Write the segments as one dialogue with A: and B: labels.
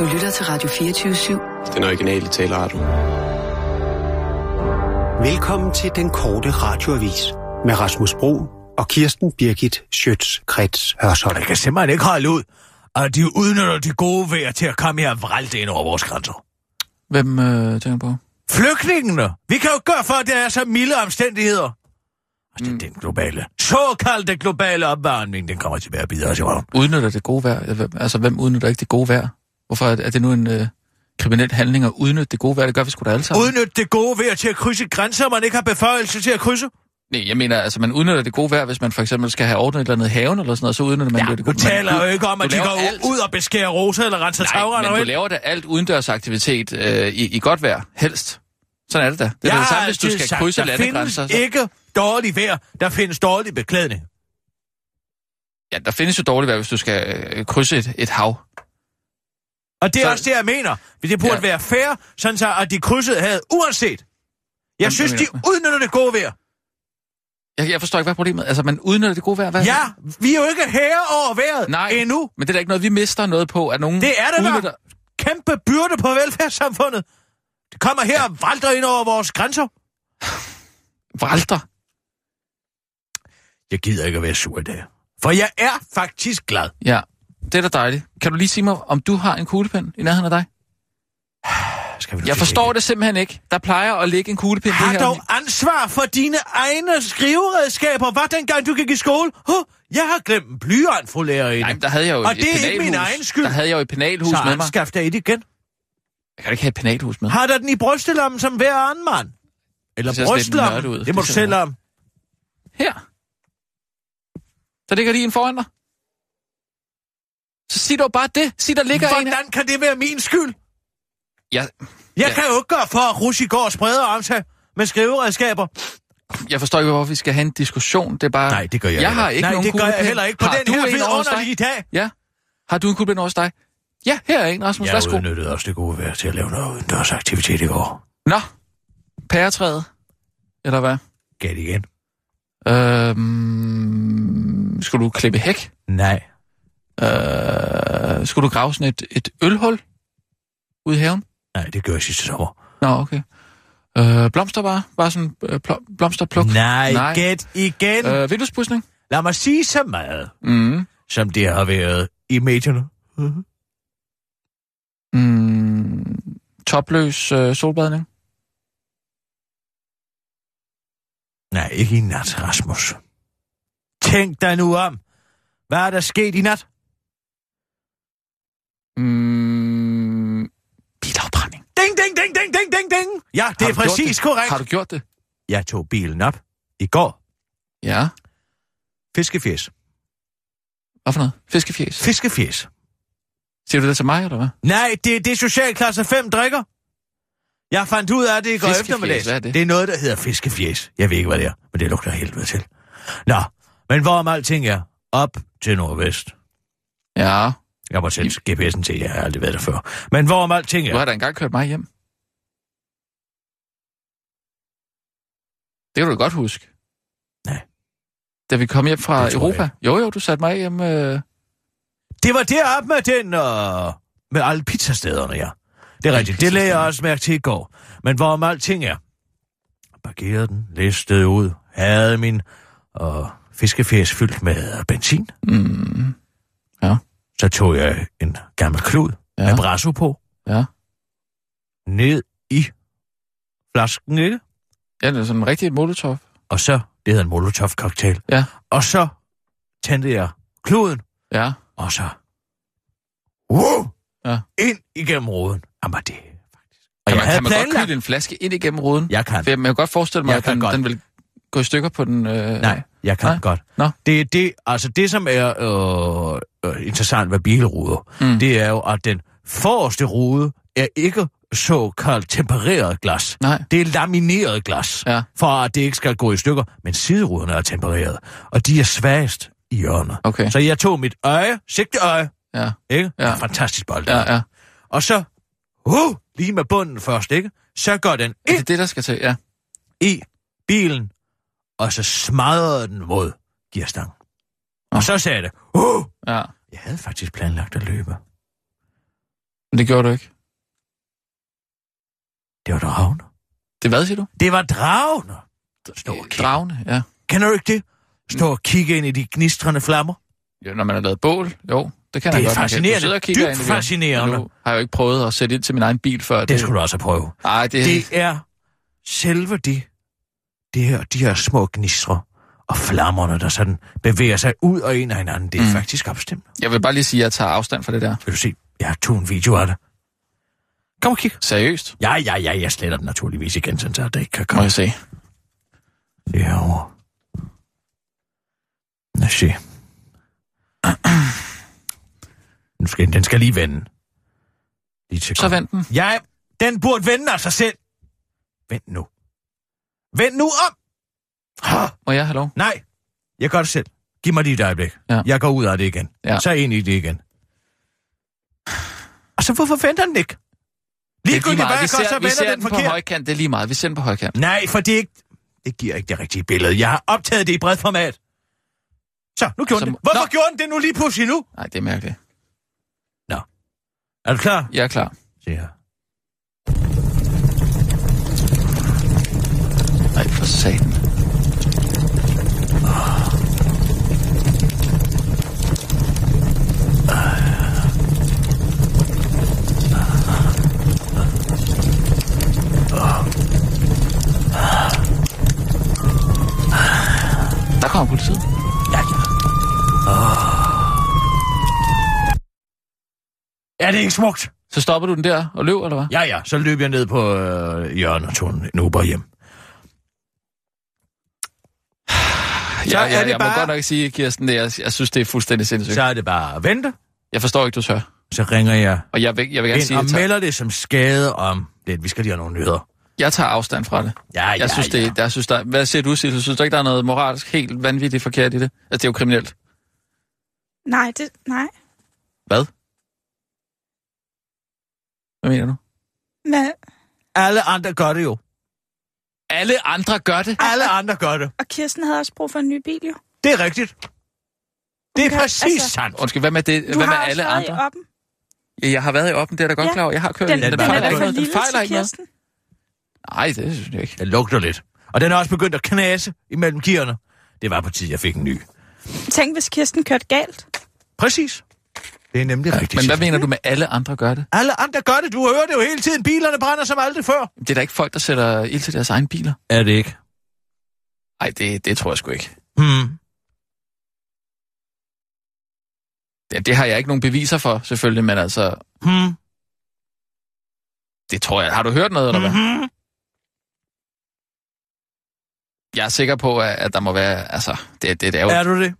A: Du lytter til Radio 24/7.
B: Den originale taleradio.
C: Velkommen til den korte radioavis med Rasmus Bro og Kirsten Birgit Schøtz-Krets Hørsholm.
D: Jeg kan simpelthen ikke holde ud, at de udnytter de gode vejr til at komme her og vralte ind over vores grænser.
E: Hvem tænker på?
D: Flygtningene! Vi kan jo gøre for, at det er så milde omstændigheder. Altså, den globale, såkaldte globale opvarmning, den kommer til at være bidre til røven.
E: Udnytter det gode vejr? Altså, hvem udnytter ikke det gode vejr? Hvorfor er det nu en kriminel handling at udnytte det gode vejr? Det gør vi sgu da alle sammen.
D: Udnytte det gode vejr til at krydse grænser, man ikke har beføjelse til at krydse?
E: Nej, jeg mener, altså, man udnytter det gode vejr, hvis man for eksempel skal have ordnet et eller andet haven eller sådan noget, så udnytter man det gode vejr.
D: Du taler jo ikke om, at de går ud og beskærer roser eller renser tagrender.
E: Nej, men du laver da alt udendørsaktivitet i godt vejr, helst. Sådan er det da. Det er det samme, hvis du skal krydse landegrænser.
D: Der findes ikke dårlig vejr, der findes dårlig beklædning.
E: Ja, der findes jo dårligt vejr, hvis du skal krydse et hav.
D: Og det er også det, jeg mener. Det burde være fair, sådan så, at de krydsede havet uanset. Jeg synes, de udnytter det gode vejr.
E: Jeg forstår ikke, hvad problemet er. Altså, man udnytter det gode vejr. Hvad?
D: Ja, vi er jo ikke herre over vejret endnu.
E: Men det er da ikke noget, vi mister noget på, at nogen
D: det er det
E: udnytter...
D: Kæmpe byrde på velfærdssamfundet. Det kommer her og vralter ind over vores grænser.
E: Vralter? Jeg
D: gider ikke at være sur i dag. For jeg er faktisk glad.
E: Ja, det er da dejligt. Kan du lige sige mig, om du har en kuglepen i nærheden af dig? Jeg forstår det simpelthen ikke. Der plejer at ligge en kuglepen
D: her. Har dog ansvar for dine egne skriveredskaber. Hvad dengang du gik i skole? Jeg har glemt en blyant, fru lærerinde.
E: Nej, der havde jeg jo
D: og det er ikke min egen skyld.
E: Der havde jeg jo et penalhus med mig.
D: Så anskaf dig et igen.
E: Jeg kan ikke have et penalhus med.
D: Har der den i brystelommen som hver anden mand? Eller brystlommen? Det må du selv om.
E: Her. Der ligger lige en foran dig. Så sig dog bare det. Sig, der ligger en.
D: Hvordan kan det være min skyld? Jeg kan jo ikke gøre for, at Rushi går og spreder om sig med skriveredskaber.
E: Jeg forstår ikke, hvorfor vi skal have en diskussion. Det er bare...
D: Nej, det gør jeg
E: har ikke nogen
D: det gør jeg heller ikke på den her vidunderlige dag.
E: Ja. Har du en kuglepen over dig? Ja, her er en, Rasmus. Værsgo.
D: Jeg udnyttede også det gode vejr til at lave noget udendørsaktivitet i går.
E: Nå. Pæretræet. Eller hvad?
D: Gæt igen.
E: Skulle du klippe hæk?
D: Nej.
E: Skulle du grave sådan et ølhul ude i haven?
D: Nej, det gør jeg sidste sommer.
E: Nå, okay. Blomster bare sådan blomsterpluk?
D: Nej, gæt igen.
E: Vinduespudsning?
D: Lad mig sige så meget, som det har været i medierne.
E: Topløs solbadning?
D: Nej, ikke i nat, Rasmus. Tænk dig nu om. Hvad er der sket i nat?
E: Bilafbrænding.
D: Ding, ding, ding, ding, ding, ding, ding. Ja, det er præcis korrekt.
E: Har du gjort det?
D: Jeg tog bilen op i går.
E: Ja.
D: Fiskefjæs.
E: Hvad for noget? Fiskefjæs?
D: Fiskefjæs.
E: Siger du det til mig, eller hvad?
D: Nej, det er socialklasse 5 drikker. Jeg fandt ud af det i går eftermiddags.
E: Hvad er det?
D: Det er noget, der hedder fiskefjæs. Jeg ved ikke, hvad det er, men det lugter helvede til. Nå, men hvorom alting er op til nordvest.
E: Ja.
D: Jeg må sætte GPS'en til, jeg har aldrig været der før. Men hvorom alting er...
E: Du har da engang kørt mig hjem. Det kan du da godt huske.
D: Nej.
E: Da vi kom hjem fra Europa. Jo, du satte mig hjem...
D: Det var deroppe med den... med alle pizzastederne, ja. Det er rigtigt. Det lagde jeg også mærke til i går. Men hvorom alting er... Parkerede den, listede ud, havde min fiskefjæs fyldt med benzin.
E: Ja.
D: Så tog jeg en gammel klud med brasso på.
E: Ja.
D: Ned i flasken, ikke?
E: Ja, det er sådan en rigtig molotov.
D: Og så, det hedder en molotov-cocktail.
E: Ja.
D: Og så tændte jeg kluden.
E: Ja.
D: Og så... ind igennem ruden. Jamen, det faktisk...
E: Kan man godt køle en flaske ind igennem ruden?
D: Jeg kan.
E: For jeg kan godt forestille mig, at den vil gå i stykker på den...
D: Nej, jeg kan godt.
E: Nå.
D: Det, som er interessant ved bilruder, det er jo, at den forreste rude er ikke såkaldt tempereret glas.
E: Nej.
D: Det er lamineret glas, for at det ikke skal gå i stykker, men sideruderne er tempereret, og de er svagest i hjørnet.
E: Okay.
D: Så jeg tog mit sigteøje, ikke?
E: Ja.
D: Fantastisk bold.
E: Ja.
D: Og så, lige med bunden først, ikke? Så går den ind.
E: Det er det, der skal til, ja.
D: I bilen, og så smadrede den mod gearstangen. Og så sagde det,
E: Ja.
D: Jeg havde faktisk planlagt at løbe.
E: Men det gjorde du ikke.
D: Det var dragene.
E: Det hvad, siger du?
D: Det var dragene.
E: Dragene, ja.
D: Kender du ikke det? Stå og kigge ind i de gnistrende flammer.
E: Jo, når man har lavet bål, jo. Det kan jeg godt.
D: Det er fascinerende. Dybt fascinerende.
E: Nu har jeg jo ikke prøvet at sætte ind til min egen bil før.
D: Det skulle du også prøve.
E: Ej,
D: det er selve de her små gnistre og flammerne, der sådan bevæger sig ud og ind af hinanden. Det er faktisk opstemt.
E: Jeg vil bare lige sige, at jeg tager afstand fra det der.
D: Vil du se? Jeg har tog en video af det. Kom og kig.
E: Seriøst?
D: Ja, jeg sletter den naturligvis igen, så det ikke kan komme.
E: Må jeg se?
D: Det er herovre. Lad os se. Den skal lige vende.
E: Så vend den.
D: Ja, den burde vende af sig selv. Vent nu. Vend nu om!
E: Må jeg have lov?
D: Nej, jeg gør det selv. Giv mig lige et øjeblik.
E: Ja.
D: Jeg går ud af det igen.
E: Ja.
D: Så ind i det igen. Og så hvorfor venter den ikke? Ligegyldigt hvad jeg gør, så vender den forkert.
E: På højkant, det er lige meget. Vi ser den på højkant.
D: Nej, for det giver ikke det rigtige billede. Jeg har optaget det i bredt format. Så, nu gjorde den det. Hvorfor gjorde den det nu lige pludselig nu?
E: Nej, det er mærkeligt.
D: Nå. Er du klar?
E: Jeg er klar.
D: Se her.
E: Nej, for satan. Der kommer politiet.
D: Ja. Er det ikke smukt?
E: Så stopper du den der og løb, eller hvad?
D: Ja, så løb jeg ned på hjørnet og tog en Uber hjem.
E: Jeg må godt nok sige, Kirsten, jeg synes, det er fuldstændig sindssygt.
D: Så er det bare at vente.
E: Jeg forstår ikke, du tør.
D: Så ringer jeg
E: og jeg vil gerne sige
D: og melder det som skade om det. Vi skal lige have nogle nyheder. Jeg
E: tager afstand fra det. Jeg synes, hvad siger du, Sissel? Synes du ikke, der er noget moralsk helt vanvittigt forkert i det? Altså, det er jo kriminelt.
B: Nej.
E: Hvad? Hvad mener du?
B: Hvad?
D: Alle andre gør det jo.
E: Alle andre gør det?
D: Alle andre gør det.
B: Og Kirsten havde også brug for en ny bil, jo.
D: Det er rigtigt. Det er præcis sandt.
E: Undskyld, hvad med det? Hvad med alle andre? Du har også været i Jeg har været i Oppen, det er da godt klar over. Jeg har kørt
B: den. Den
E: fejler ikke noget. Nej, det synes jeg ikke.
D: Den lugter lidt. Og den er også begyndt at knase imellem gearne. Det var på tide, jeg fik en ny.
B: Tænk, hvis Kirsten kørte galt.
D: Præcis. Det er nemlig rigtigt.
E: Men hvad mener du med alle andre gør det?
D: Alle andre gør det. Du hører det jo hele tiden. Bilerne brænder som aldrig før.
E: Det er da ikke folk, der sætter ild til deres egen biler.
D: Er det ikke?
E: Nej, det tror jeg sgu ikke. Det har jeg ikke nogen beviser for, selvfølgelig, men altså... Det tror jeg. Har du hørt noget, eller hvad? Jeg er sikker på, at der må være... Altså, det er jo...
D: Er du det?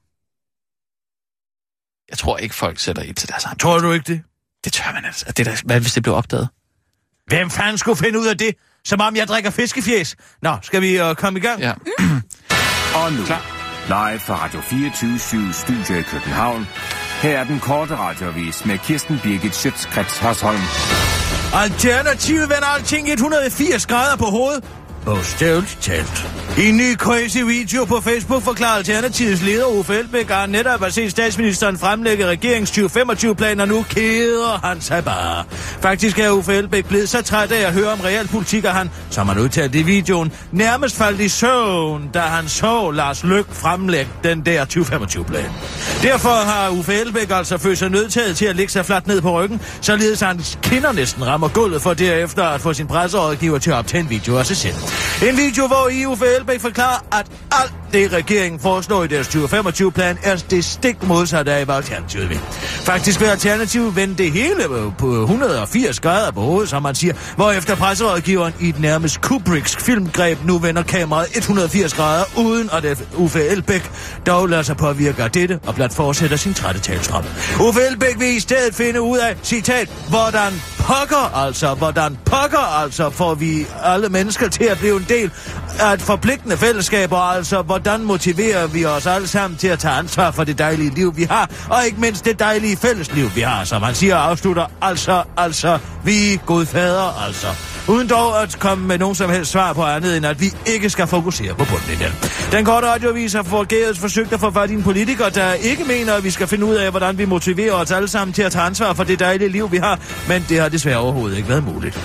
E: Jeg tror ikke, folk sætter ild til deres egen.
D: Tror du ikke det?
E: Det tør man altså. Hvad hvis det blev opdaget?
D: Hvem fanden skulle finde ud af det? Som om jeg drikker fiskefjæs. Nå, skal vi komme i gang?
E: Ja.
F: Og nu, live fra Radio 24/7 Studio i København. Her er den korte radioavis med Kirsten Birgit Schøtz-Krets Hørsholm.
D: Alternativet vender alting 180 grader på hovedet. Bogstaveligt talt. I en ny crazy video på Facebook forklarer Alternativets leder Uffe Elbæk, at han netop har set statsministeren fremlægge regeringens 2025-planer, nu keder han sig bare. Faktisk er Uffe Elbæk blevet så træt af at høre om realpolitik, at han, som han udtalte i videoen, nærmest faldt i søvn, da han så Lars Løkke fremlægge den der 2025-plan. Derfor har Uffe Elbæk altså følt sig nødtaget til at lægge sig fladt ned på ryggen, således hans kinder næsten rammer gulvet for derefter at få sin presserådgiver til at optage en video af sig selv. En video, hvor Uffe Elbæk forklarer, at alt det regeringen foreslår i deres 2025-plan er det stik modsatte af, hvad Alternativet vil. Faktisk vil Alternativet vende det hele på 180 grader på hovedet, som man siger, hvorefter presserådgiveren i et nærmest Kubricks filmgreb nu vender kameraet 180 grader, uden at Uffe Elbæk dog lader sig påvirke af dette og blot fortsætter sin trætte talstrøm. Uffe Elbæk vil i stedet finde ud af, citat, hvordan pokker altså får vi alle mennesker til at blive en del af et forpligtende fællesskab, og altså hvordan motiverer vi os alle sammen til at tage ansvar for det dejlige liv, vi har, og ikke mindst det dejlige fællesliv, vi har, som han siger og afslutter, altså, vi Gud fader, altså. Uden dog at komme med nogen som helst svar på andet, end at vi ikke skal fokusere på bundlinjen. Den korte radioavis har forgæves forsøgt at få fat i en politiker, der ikke mener, at vi skal finde ud af, hvordan vi motiverer os alle sammen til at tage ansvar for det dejlige liv, vi har, men det har desværre overhovedet ikke været muligt.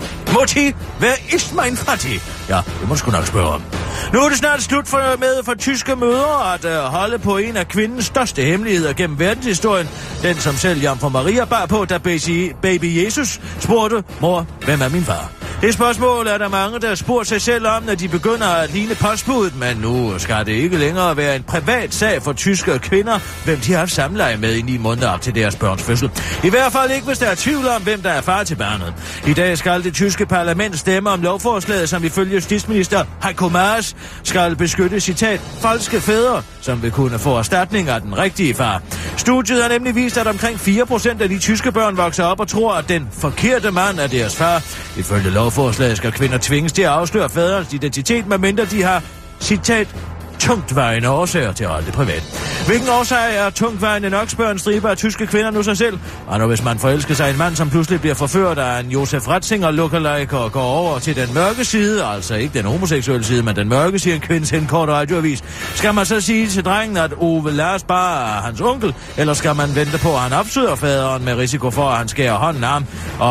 D: Hvad ist mein Fatih? Ja, det må du sgu nok spørge om. Nu er det snart slut for tyske mødre at holde på en af kvindens største hemmeligheder gennem verdenshistorien. Den, som selv Jomfru Maria bar på, da baby Jesus spurgte, mor, hvem er min far? Det spørgsmål er der mange, der spurgte sig selv om, når de begynder at ligne postbuddet, men nu skal det ikke længere være en privat sag for tyske kvinder, hvem de har haft samleje med i 9 måneder op til deres børns fødsel. I hvert fald ikke, hvis der er tvivl om, hvem der er far til barnet. I dag skal det tyske parlament stemme om lovforslaget, som ifølge justitsminister Heiko Maas skal beskytte, citat, falske fædre, som vil kunne få erstatning af den rigtige far. Studiet har nemlig vist, at omkring 4% af de tyske børn vokser op og tror, at den forkerte mand er deres far. Ifølge lovforslaget skal kvinder tvinges til at afsløre faderens identitet, medmindre de har, citat, tungtvejende årsager til at holde det privat. Hvilken årsag er tungtvejende nok, spørger en stribe af tyske kvinder nu sig selv. Og når hvis man forelsker sig en mand, som pludselig bliver forført af en Josef Ratzinger lookalike og går over til den mørke side, altså ikke den homoseksuelle side, men den mørke, siger en kvinde til en kort radioavis, skal man så sige til drengen, at Ove Lars bare er hans onkel, eller skal man vente på, at han opsøger faderen med risiko for, at han skærer hånden af ham,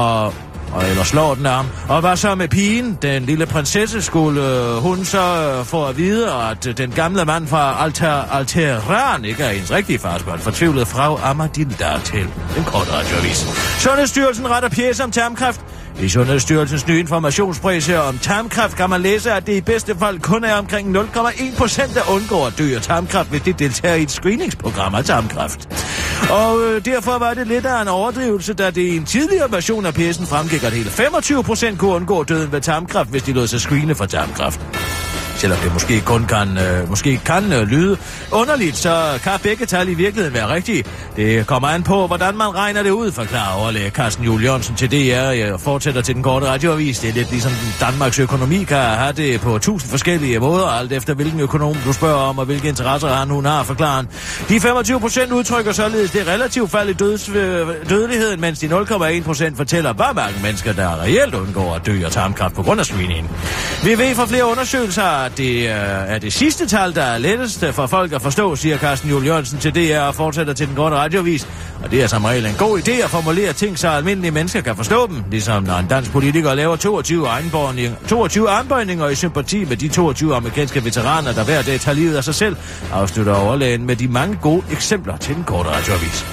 D: eller slår den af ham. Og hvad så med pigen? Den lille prinsesse skulle hun så få at vide, at den gamle mand fra Alteran ikke er ens rigtige farsbørn. Fortvivlet fra Amadilda til en kort radioavis. Sundhedsstyrelsen retter pjæse om tarmkræft. I Sundhedsstyrelsens nye informationspresse om tarmkræft kan man læse, at det i bedste fald kun er omkring 0,1%, der undgår at dø af tarmkræft, hvis det deltager i et screeningsprogram af tarmkræft. Og derfor var det lidt af en overdrivelse, da det i en tidligere version af pjecen fremgik, at hele 25% kunne undgå døden ved tarmkræft, hvis de lod sig screene for tarmkræft. Selvom det måske kan lyde underligt, så kan begge tal i virkeligheden være rigtige. Det kommer an på, hvordan man regner det ud, forklarer overlæge Carsten Juhl Jørgensen til DR. Jeg fortsætter til den korte radioavis. Det er lidt ligesom Danmarks økonomi kan have det på 1000 forskellige måder, alt efter hvilken økonom du spørger om, og hvilke interesser hun har, forklarer han. De 25% udtrykker således det relativt fald i dødeligheden, mens de 0,1% fortæller, hvor mange mennesker, der reelt undgår at dø af tarmkræft på grund af screeningen. Vi ved fra flere undersøgelser, at det er det sidste tal, der er lettest for folk at forstå, siger Carsten Juhl Jørgensen til DR og fortsætter til den korte radioavis. Og det er som regel en god idé at formulere ting, så almindelige mennesker kan forstå dem. Ligesom når en dansk politiker laver 22 armbøjninger i sympati med de 22 amerikanske veteraner, der hver dag tager livet af sig selv, afslutter overlægen med de mange gode eksempler til den korte radioavis.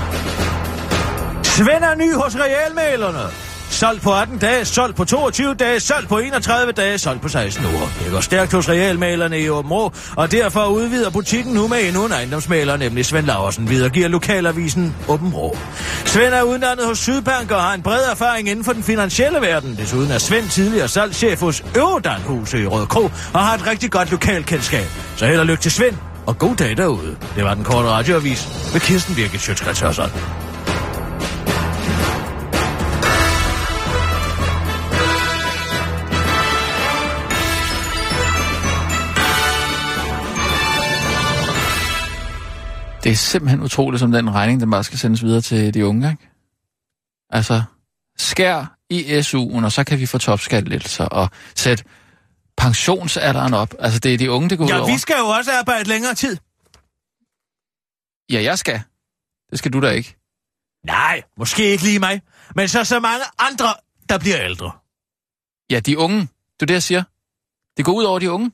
D: Svend er ny hos realmalerne. Solgt på 18 dage, solgt på 22 dage, solgt på 31 dage, solgt på 16 uger. Det går stærkt hos realmalerne i Aabenraa, og derfor udvider butikken nu med endnu en ejendomsmaler, nemlig Svend Laursen, videregiver lokalavisen Aabenraa. Svend er uddannet hos Sydbank og har en bred erfaring inden for den finansielle verden. Desuden er Svend tidligere salgschef hos Eurodan-huset i Rødekro og har et rigtig godt lokalkendskab. Så held og lykke til Svend, og god dag derude. Det var den korte radioavis med Kirsten Birgit Schøtzgrads Hørsholm.
E: Det er simpelthen utroligt, som den regning, den bare skal sendes videre til de unge, ikke? Altså, skær i SU'en, og så kan vi få topskattelettelser og sætte pensionsalderen op. Altså, det er de unge, det går ud over.
D: Ja, vi skal jo også arbejde længere tid.
E: Ja, jeg skal. Det skal du da ikke.
D: Nej, måske ikke lige mig. Men så mange andre, der bliver ældre.
E: Ja, de unge. Det er det, jeg siger. Det går ud over de unge.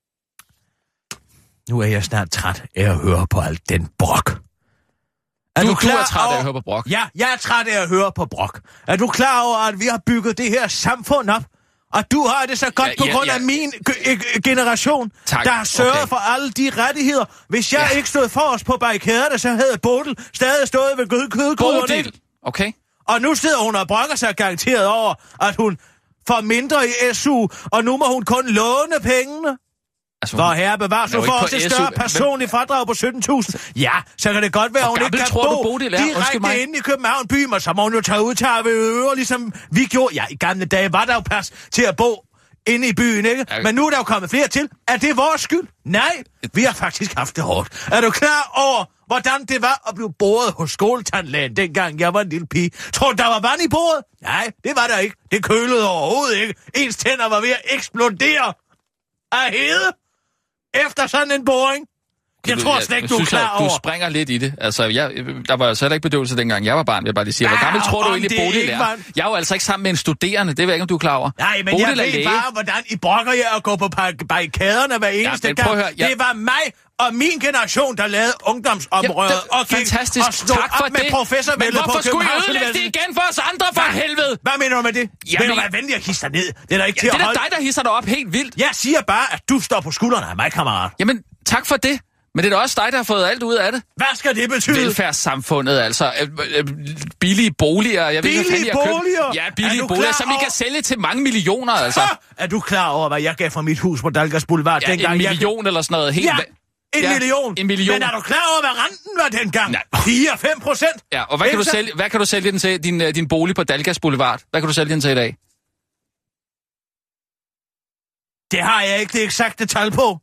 D: Nu er jeg snart træt af at høre på alt den brok.
E: Du er træt af at høre på brok?
D: Ja, jeg er træt af at høre på brok. Er du klar over, at vi har bygget det her samfund op? Og du har det så godt på grund af min generation, der har sørget for alle de rettigheder. Hvis jeg ikke stod for os på barrikaderne, så havde Bodil stadig stået ved kødgryderne.
E: Okay.
D: Og nu sidder hun og brokker sig garanteret over, at hun får mindre i SU, og nu må hun kun låne pengene. Altså, hvor herre bevares nu for os et større personligt fradrag på 17.000. Ja, så kan det godt være, at hun ikke kan bo direkte inde i København by, men så må hun jo tage ud til Avedøre, ligesom vi gjorde. Ja, i gamle dage var der jo plads til at bo inde i byen, ikke?
E: Ja.
D: Men nu er der jo kommet flere til. Er det vores skyld? Nej, vi har faktisk haft det hårdt. Er du klar over, hvordan det var at blive boret hos skoletandlægen, dengang jeg var en lille pige? Tror du, der var vand i bordet? Nej, det var der ikke. Det kølede overhovedet ikke. Ens tænder var ved at eksplodere af hede efter sådan en boring. Jeg tror slet ikke, du er klar over.
E: Du springer lidt i det. Altså, der var jo så heller ikke bedøvelse, dengang jeg var barn, vil jeg bare lige sige. Hvor gammel tror du egentlig, Bodil er? Jeg er jo altså ikke sammen med en studerende, det ved jeg ikke, om du er klar over.
D: Nej, men Bodil, jeg ved bare, hvordan I brokker jer at gå på barrikaderne hver eneste gang. Det var mig og min generation, der lavede ungdomsområdet og gik
E: fantastisk.
D: Og slog
E: tak for
D: op med professorvældet på Københavns
E: Universitet. Men hvorfor skulle I ødelægge det igen for os andre, for helvede?
D: Hvad mener du med det? Vil du være venlig at hisse dig ned? Det er da ikke til at holde.
E: Det er dig, der hisser dig op helt vildt.
D: Jeg siger bare, at du står på skuldrene af mig, kammerat.
E: Jamen, tak for det. Men det er da også dig, der har fået alt ud af det.
D: Hvad skal det betyde?
E: Velfærdssamfundet, altså. Billige boliger. Jeg
D: billige
E: ved,
D: boliger?
E: Ja, billige boliger, som vi kan sælge til mange millioner, altså.
D: Er du klar over, hvad jeg gav for mit hus på Dalgas Boulevard dengang?
E: En million eller sådan noget. Helt
D: en million. Men er du klar over, hvad renten var dengang? 4-5%?
E: Ja, og hvad kan du sælge den til, din bolig på Dalgas Boulevard? Hvad kan du sælge den til i dag?
D: Det har jeg ikke det eksakte tal på.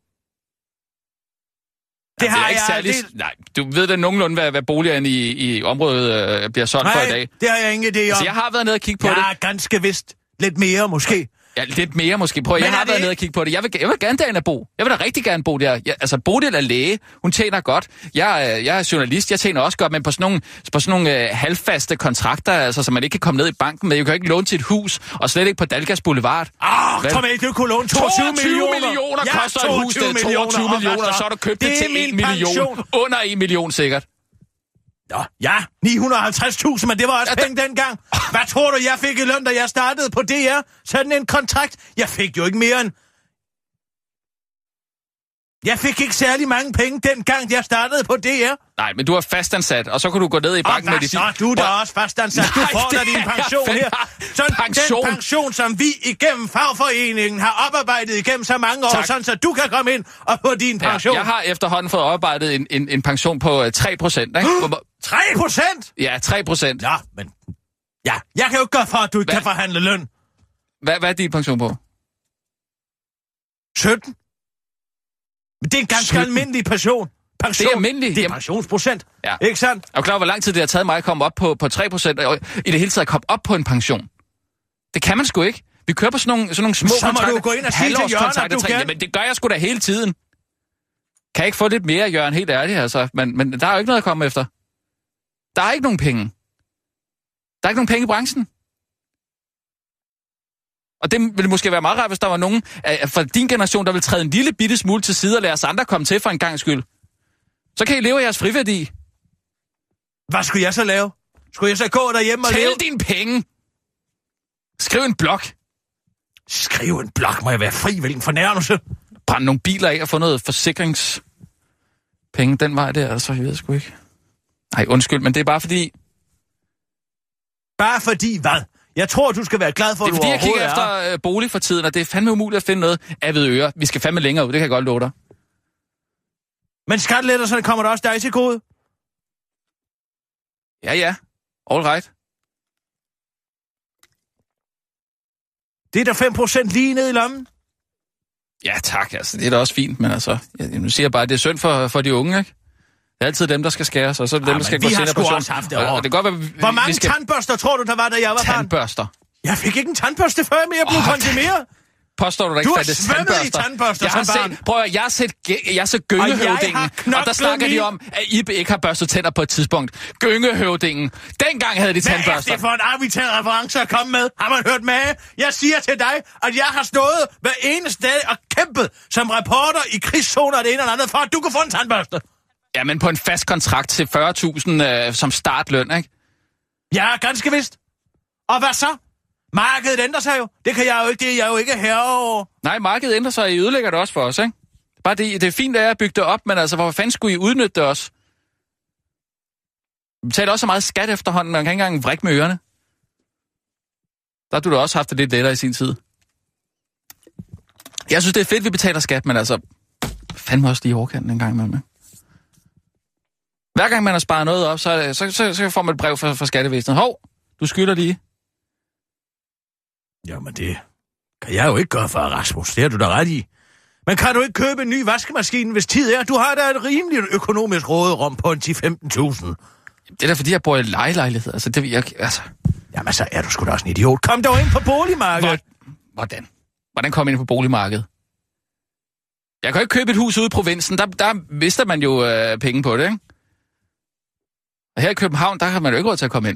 E: Det har ikke særlig... Nej, du ved da nogenlunde, hvad boligerne i området bliver solgt for i dag.
D: Nej, det har jeg ingen idé om.
E: Så jeg har været nede og kigge på det.
D: Ja, ganske vist. Lidt mere måske.
E: Ja, lidt mere måske. Prøv, jeg har været nede og kigge på det. Jeg vil gerne derinde at bo. Jeg vil da rigtig gerne bo der. Altså, Bodil er læge. Hun tjener godt. Jeg er journalist. Jeg tjener også godt, men på sådan nogle halvfaste kontrakter, altså, så man ikke kan komme ned i banken med. Jeg kan ikke låne til et hus, og slet ikke på Dalgas Boulevard.
D: Tom, ikke du kunne låne 22
E: millioner koster et hus. 22 millioner, og så har du købt det til 1 million. Under 1 million sikkert.
D: Ja, 950.000, men det var også penge dengang. Hvad tror du, jeg fik i løn, da jeg startede på DR? Sådan en kontrakt. Jeg fik jo ikke mere end... Jeg fik ikke særlig mange penge dengang, jeg startede på DR.
E: Nej, men du er fastansat, og så kunne du gå ned i banken med det.
D: Og du er da også fastansat. Du får da din pension her. Sådan den pension, som vi igennem fagforeningen har oparbejdet igennem så mange år, sådan så du kan komme ind og få din pension.
E: Jeg har efterhånden fået oparbejdet en pension på 3%, ikke?
D: 3%?
E: Ja, 3%.
D: Ja, men... Ja, jeg kan jo ikke gøre for, at du ikke kan forhandle løn.
E: Hvad er din pension på?
D: 17. Men det er en ganske almindelig pension.
E: Det er almindeligt.
D: Det er pensionsprocent. Ja. Ikke sandt?
E: Er du klar, hvor lang tid det har taget mig at komme op på 3%, og i det hele taget at komme op på en pension? Det kan man sgu ikke. Vi kører på sådan nogle små kontrakter.
D: Så må du gå ind og sige til Jørgen, at du kan.
E: Jamen, det gør jeg sgu da hele tiden. Kan jeg ikke få lidt mere, Jørgen? Helt ærligt, altså. Men der er jo ikke noget at komme efter. Der er ikke nogen penge. Der er ikke nogen penge i branchen. Og det ville måske være meget rart, hvis der var nogen fra din generation, der vil træde en lille bitte smule til side og lade os andre komme til for en gang skyld. Så kan I leve af jeres friværdi.
D: Hvad skulle jeg så lave? Skulle jeg så gå derhjemme og leve?
E: Tæl dine penge! Skriv en blog.
D: Skriv en blog? Må jeg være fri? Hvilken fornærmelse?
E: Brænd nogle biler af og få noget forsikringspenge den vej der, altså, jeg ved sgu ikke. Nej, undskyld, men det er bare fordi...
D: Bare fordi hvad? Jeg tror, du skal være glad for, at du overhovedet er.
E: Det er fordi, jeg kigger efter bolig for tiden, og det er fandme umuligt at finde noget af Vedøre. Vi skal fandme længere ud, det kan jeg godt love dig.
D: Men skattelettelserne kommer der også dig til gode?
E: Ja. All right.
D: Det er der 5% lige ned i lommen.
E: Ja, tak. Altså, det er da også fint, men altså... Nu siger jeg bare, at det er synd for de unge, ikke? Det er altid dem, der skal skæres, og så er det dem, der skal gå senere på
D: vi har sgu også haft det over.
E: Og det godt,
D: hvor mange tandbørster tror du, der var, da jeg var barn?
E: Tandbørster?
D: Jeg fik ikke en tandbørste før, men jeg blev konsumeret.
E: Påstår du, der ikke fandtes tandbørster?
D: Du har svømmet i tandbørster som barn.
E: Prøv at jeg har set Gyngehøvdingen, og der snakker de om, at Ibe ikke har børstet tænder på et tidspunkt. Gyngehøvdingen. Dengang havde de tandbørster.
D: Hvad er det for en arbitrær reference at komme med? Har man hørt med? Jeg siger til dig, at jeg har stået hver eneste dag og kæmpet som reporter i krigszoner og det ene eller andet, for at du kan få en tandbørste.
E: Ja, men på en fast kontrakt til 40.000 som startløn, ikke?
D: Ja, ganske vist. Og hvad så? Markedet ændrer sig jo. Det kan jeg jo ikke. Det er jeg jo ikke herover.
E: Nej, markedet ændrer sig, og I ødelægger det også for os, ikke? Bare det er fint, at jeg bygge det op, men altså, hvor fanden skulle I udnytte det også? Vi betaler også så meget skat efterhånden, man kan ikke engang vrikke med ørerne. Der har du da også haft det lidt lettere i sin tid. Jeg synes, det er fedt, vi betaler skat, men altså, fandme også lige overkanten en gang med. Hver gang man har sparet noget op, så får man et brev fra skattevæsenet. Hov, du skylder lige.
D: Jamen, det kan jeg jo ikke gøre for, Rasmus. Det har du da ret i. Men kan du ikke købe en ny vaskemaskine, hvis tid er? Du har da et rimeligt økonomisk råderum på en 10-15.000.
E: Det er da, fordi jeg bor i lejelejlighed. Altså, det vil jeg... Altså...
D: Jamen, så er du sgu da også en idiot. Kom dog ind på boligmarkedet.
E: Hvordan? Hvordan kom jeg ind på boligmarkedet? Jeg kan jo ikke købe et hus ude i provinsen. Der mister man jo penge på det, ikke? Og her i København, der har man jo ikke råd til at komme ind.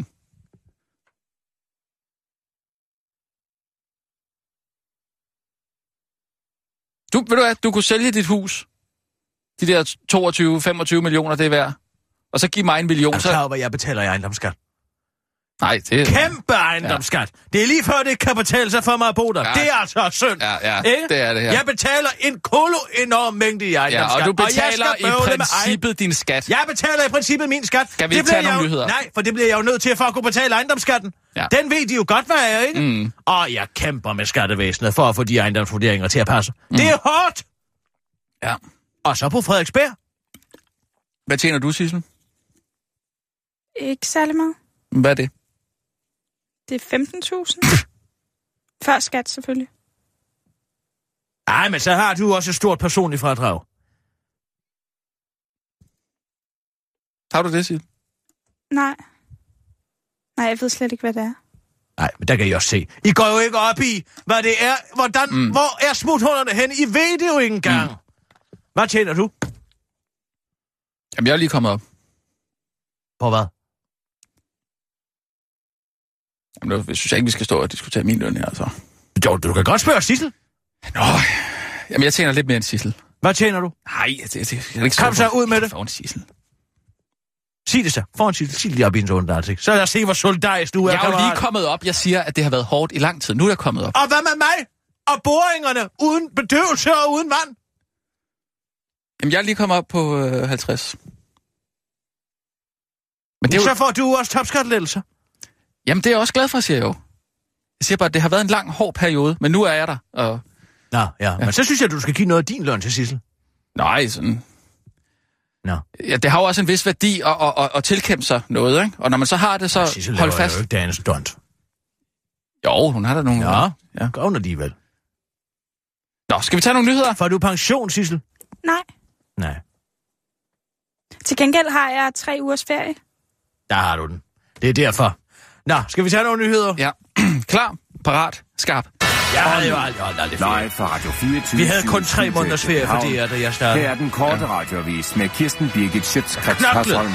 E: Ved du hvad, du kunne sælge dit hus. De der 22-25 millioner, det er værd. Og så give mig 1 million.
D: Er du klar over, hvad jeg betaler i ejendomsskat?
E: Nej, det er...
D: Kæmpe ejendomsskat. Ja. Det er lige før, det kan betale sig for mig at bo der. Ja. Det er altså synd.
E: Ja,
D: ikke?
E: Det er det her.
D: Jeg betaler en enorm mængde i ejendomsskat.
E: Ja, og du betaler i princippet din skat.
D: Jeg betaler i princippet min skat.
E: Skal vi ikke tage nogle nyheder?
D: Nej, for det bliver jeg jo nødt til for at kunne betale ejendomsskatten. Ja. Den ved de jo godt, hvad jeg er, ikke? Mm. Og jeg kæmper med skattevæsenet for at få de ejendomsvurderinger til at passe. Mm. Det er hårdt.
E: Ja.
D: Og så på Frederiksberg.
E: Hvad tjener du, Sissel?
B: Ikke særlig meget.
E: Hvad er det?
B: Det er 15.000. Før skat, selvfølgelig.
D: Ej, men så har du også et stort personligt fradrag.
E: Har du det, Sissel?
B: Nej, jeg ved slet ikke, hvad det er.
D: Nej, men der kan I også se. I går jo ikke op i, hvad det er. Hvor er smuthullerne hen? I ved det jo ikke engang. Hvad tjener du?
E: Jamen, jeg er lige kommet op.
D: På hvad?
E: Jamen, jeg synes ikke, vi skal stå og diskutere min løn her, altså.
D: Jo, du kan godt spørge Sissel.
E: Nå, jamen, jeg tjener lidt mere end Sissel.
D: Hvad tjener du?
E: Nej, det ikke
D: kom så ud med det.
E: Foran Sissel.
D: Sig det så. Foran Sissel. Sig lige op i en sådan der. Så lad os se, hvor solidarisk du er.
E: Jeg er jo lige kommet op. Jeg siger, at det har været hårdt i lang tid. Nu er jeg kommet op.
D: Og hvad med mig? Og boringerne uden bedøvelse og uden vand?
E: Jamen, jeg er lige kommet op på 50.
D: Men det så får du også topskattelettelser.
E: Jamen, det er jeg også glad for, siger jeg jo. Jeg siger bare, at det har været en lang, hård periode, men nu er jeg der. Og...
D: Nå, ja. Men så synes jeg, at du skal give noget af din løn til Sissel.
E: Nej, sådan...
D: Nå.
E: Ja, det har jo også en vis værdi at tilkæmpe sig noget, ikke? Og når man så har det, så hold fast.
D: Jo ikke dagens stunt.
E: Jo, hun har da nogle...
D: Ja. Gør hun alligevel.
E: Nå, skal vi tage nogle nyheder?
D: Får du pension, Sissel?
B: Nej. Til gengæld har jeg 3 ugers ferie.
D: Der har du den. Det er derfor. Nå, skal vi tage nogle nyheder?
E: Ja. Klar, parat, skarp.
D: Jeg havde jo aldrig
F: Live fra Radio 24.
D: Vi havde kun 3 måneders ferie for det, da jeg startede.
F: Her er den korte radioavis med Kirsten Birgit Schøtz-Krets Hasholm.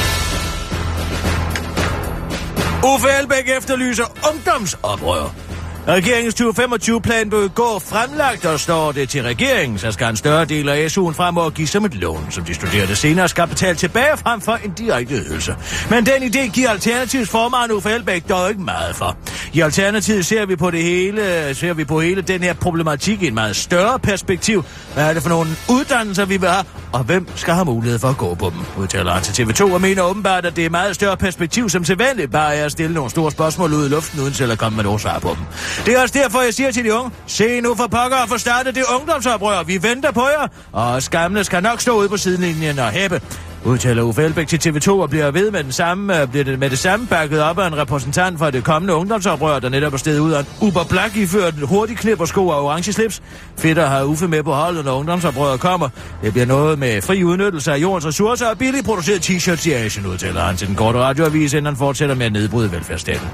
D: Uffe Elbæk efterlyser ungdomsoprør. Regeringens 2025-plan vil gå fremlagt, og står det til regeringen, så skal en større del af SU'en fremover gives som et lån, som de studerende senere skal betale tilbage frem for en direkte ydelse. Men den idé giver Alternativets formand Uffe Elbæk dog ikke meget for. I Alternativet ser vi på hele den her problematik i en meget større perspektiv. Hvad er det for nogle uddannelser, vi vil have, og hvem skal have mulighed for at gå på dem, udtaler han til TV2 og mener åbenbart, at det er et meget større perspektiv, som sædvanligt bare er at stille nogle store spørgsmål ud i luften, uden selv at komme med nogle svar på dem. Det er også derfor, jeg siger til de unge, se nu for pokker og få startet det ungdomsoprør. Vi venter på jer, og skamle skal nok stå ude på sidelinjen og hæppe. Udtaler Uffe Elbæk til TV2 og bliver ved med det samme bakket op af en repræsentant for det kommende ungdomsoprør, der netop er stedet ud af en Uber Black iført hurtig klippersko og orange slips. Fedter har Uffe med på holdet, når ungdomsoprøret kommer. Det bliver noget med fri udnyttelse af jordens ressourcer og billigt produceret t-shirts i Asien, udtaler han til den korte radioavis, inden han fortsætter med at nedbryde velfærdsstaten.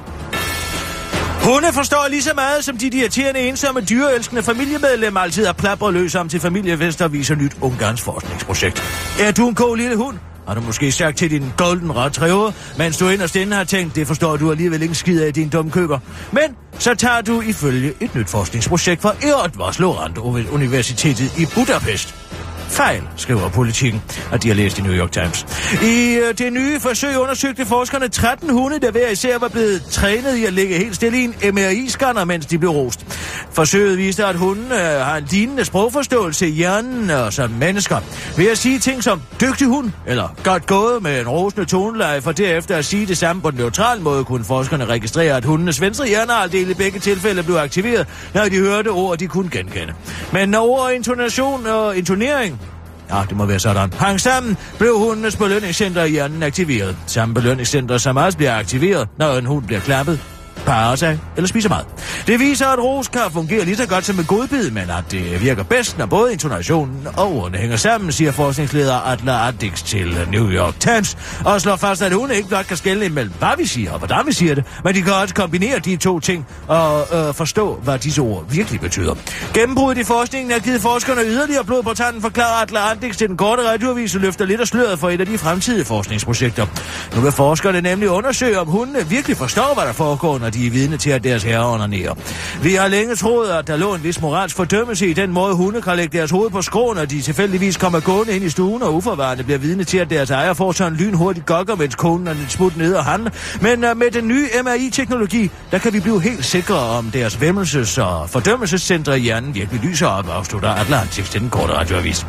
D: Hunde forstår lige så meget, som de irriterende, ensomme, dyreelskende familiemedlemmer altid har plapret løs om til familiefester og viser nyt Ungarns forskningsprojekt. Er du en god lille hund? Har du måske sagt til din golden retriever, mens du inderst inde har tænkt, det forstår du alligevel ikke skid af din dumme køber. Men så tager du ifølge et nyt forskningsprojekt fra Eötvös Universitetet i Budapest. Fejl, skriver Politikken, og de har læst i New York Times. I det nye forsøg undersøgte forskerne 13 hunde, der hver især var blevet trænet i at ligge helt stille i en MRI-scanner, mens de blev rost. Forsøget viste, at hundene har en lignende sprogforståelse i hjernen som mennesker. Ved at sige ting som dygtig hund, eller godt gået med en rosende toneleje, for derefter at sige det samme på en neutral måde, kunne forskerne registrere, at hundenes venstre hjernehalvdel i begge tilfælde blev aktiveret, når de hørte ord, de kunne genkende. Men når ord, intonation og intonering, ja, det må være sådan, hang sammen, blev hundenes belønningscenter i hjernen aktiveret. Samme belønningscenter, som også bliver aktiveret, når en hund bliver klappet. parer sig eller spiser mad. Det viser, at ros kan fungere lige så godt som en godbid, men at det virker bedst, når både intonationen og ordene hænger sammen, siger forskningsleder Atle Adix til New York Times, og slår fast, at hun ikke blot kan skelne imellem, hvad vi siger og hvordan vi siger det, men de kan også kombinere de to ting og forstå, hvad disse ord virkelig betyder. Gennembruddet i forskningen har givet forskerne yderligere blod på tanden, forklarer Atle Adix til den korte radioavis og løfter lidt af sløret for et af de fremtidige forskningsprojekter. Nu vil forskerne nemlig undersøge, om hundene virkelig forstår, hvad der foregår, når de er vidne til, at deres herrer onanerer. Vi har længe troet, at der lå en vis moralsk fordømmelse i den måde, hunde kan lægge deres hoved på skråen, når de tilfældigvis kommer gående ind i stuen, og uforvarende bliver vidne til, at deres ejer får sådan en lynhurtigt gokker, mens konen er lidt smut ned og handler. Men med den nye MRI-teknologi, der kan vi blive helt sikre om deres væmmelses- og fordømmelsescentre i hjernen virkelig lyser op, afslutter Atlantik til den korte radioavis.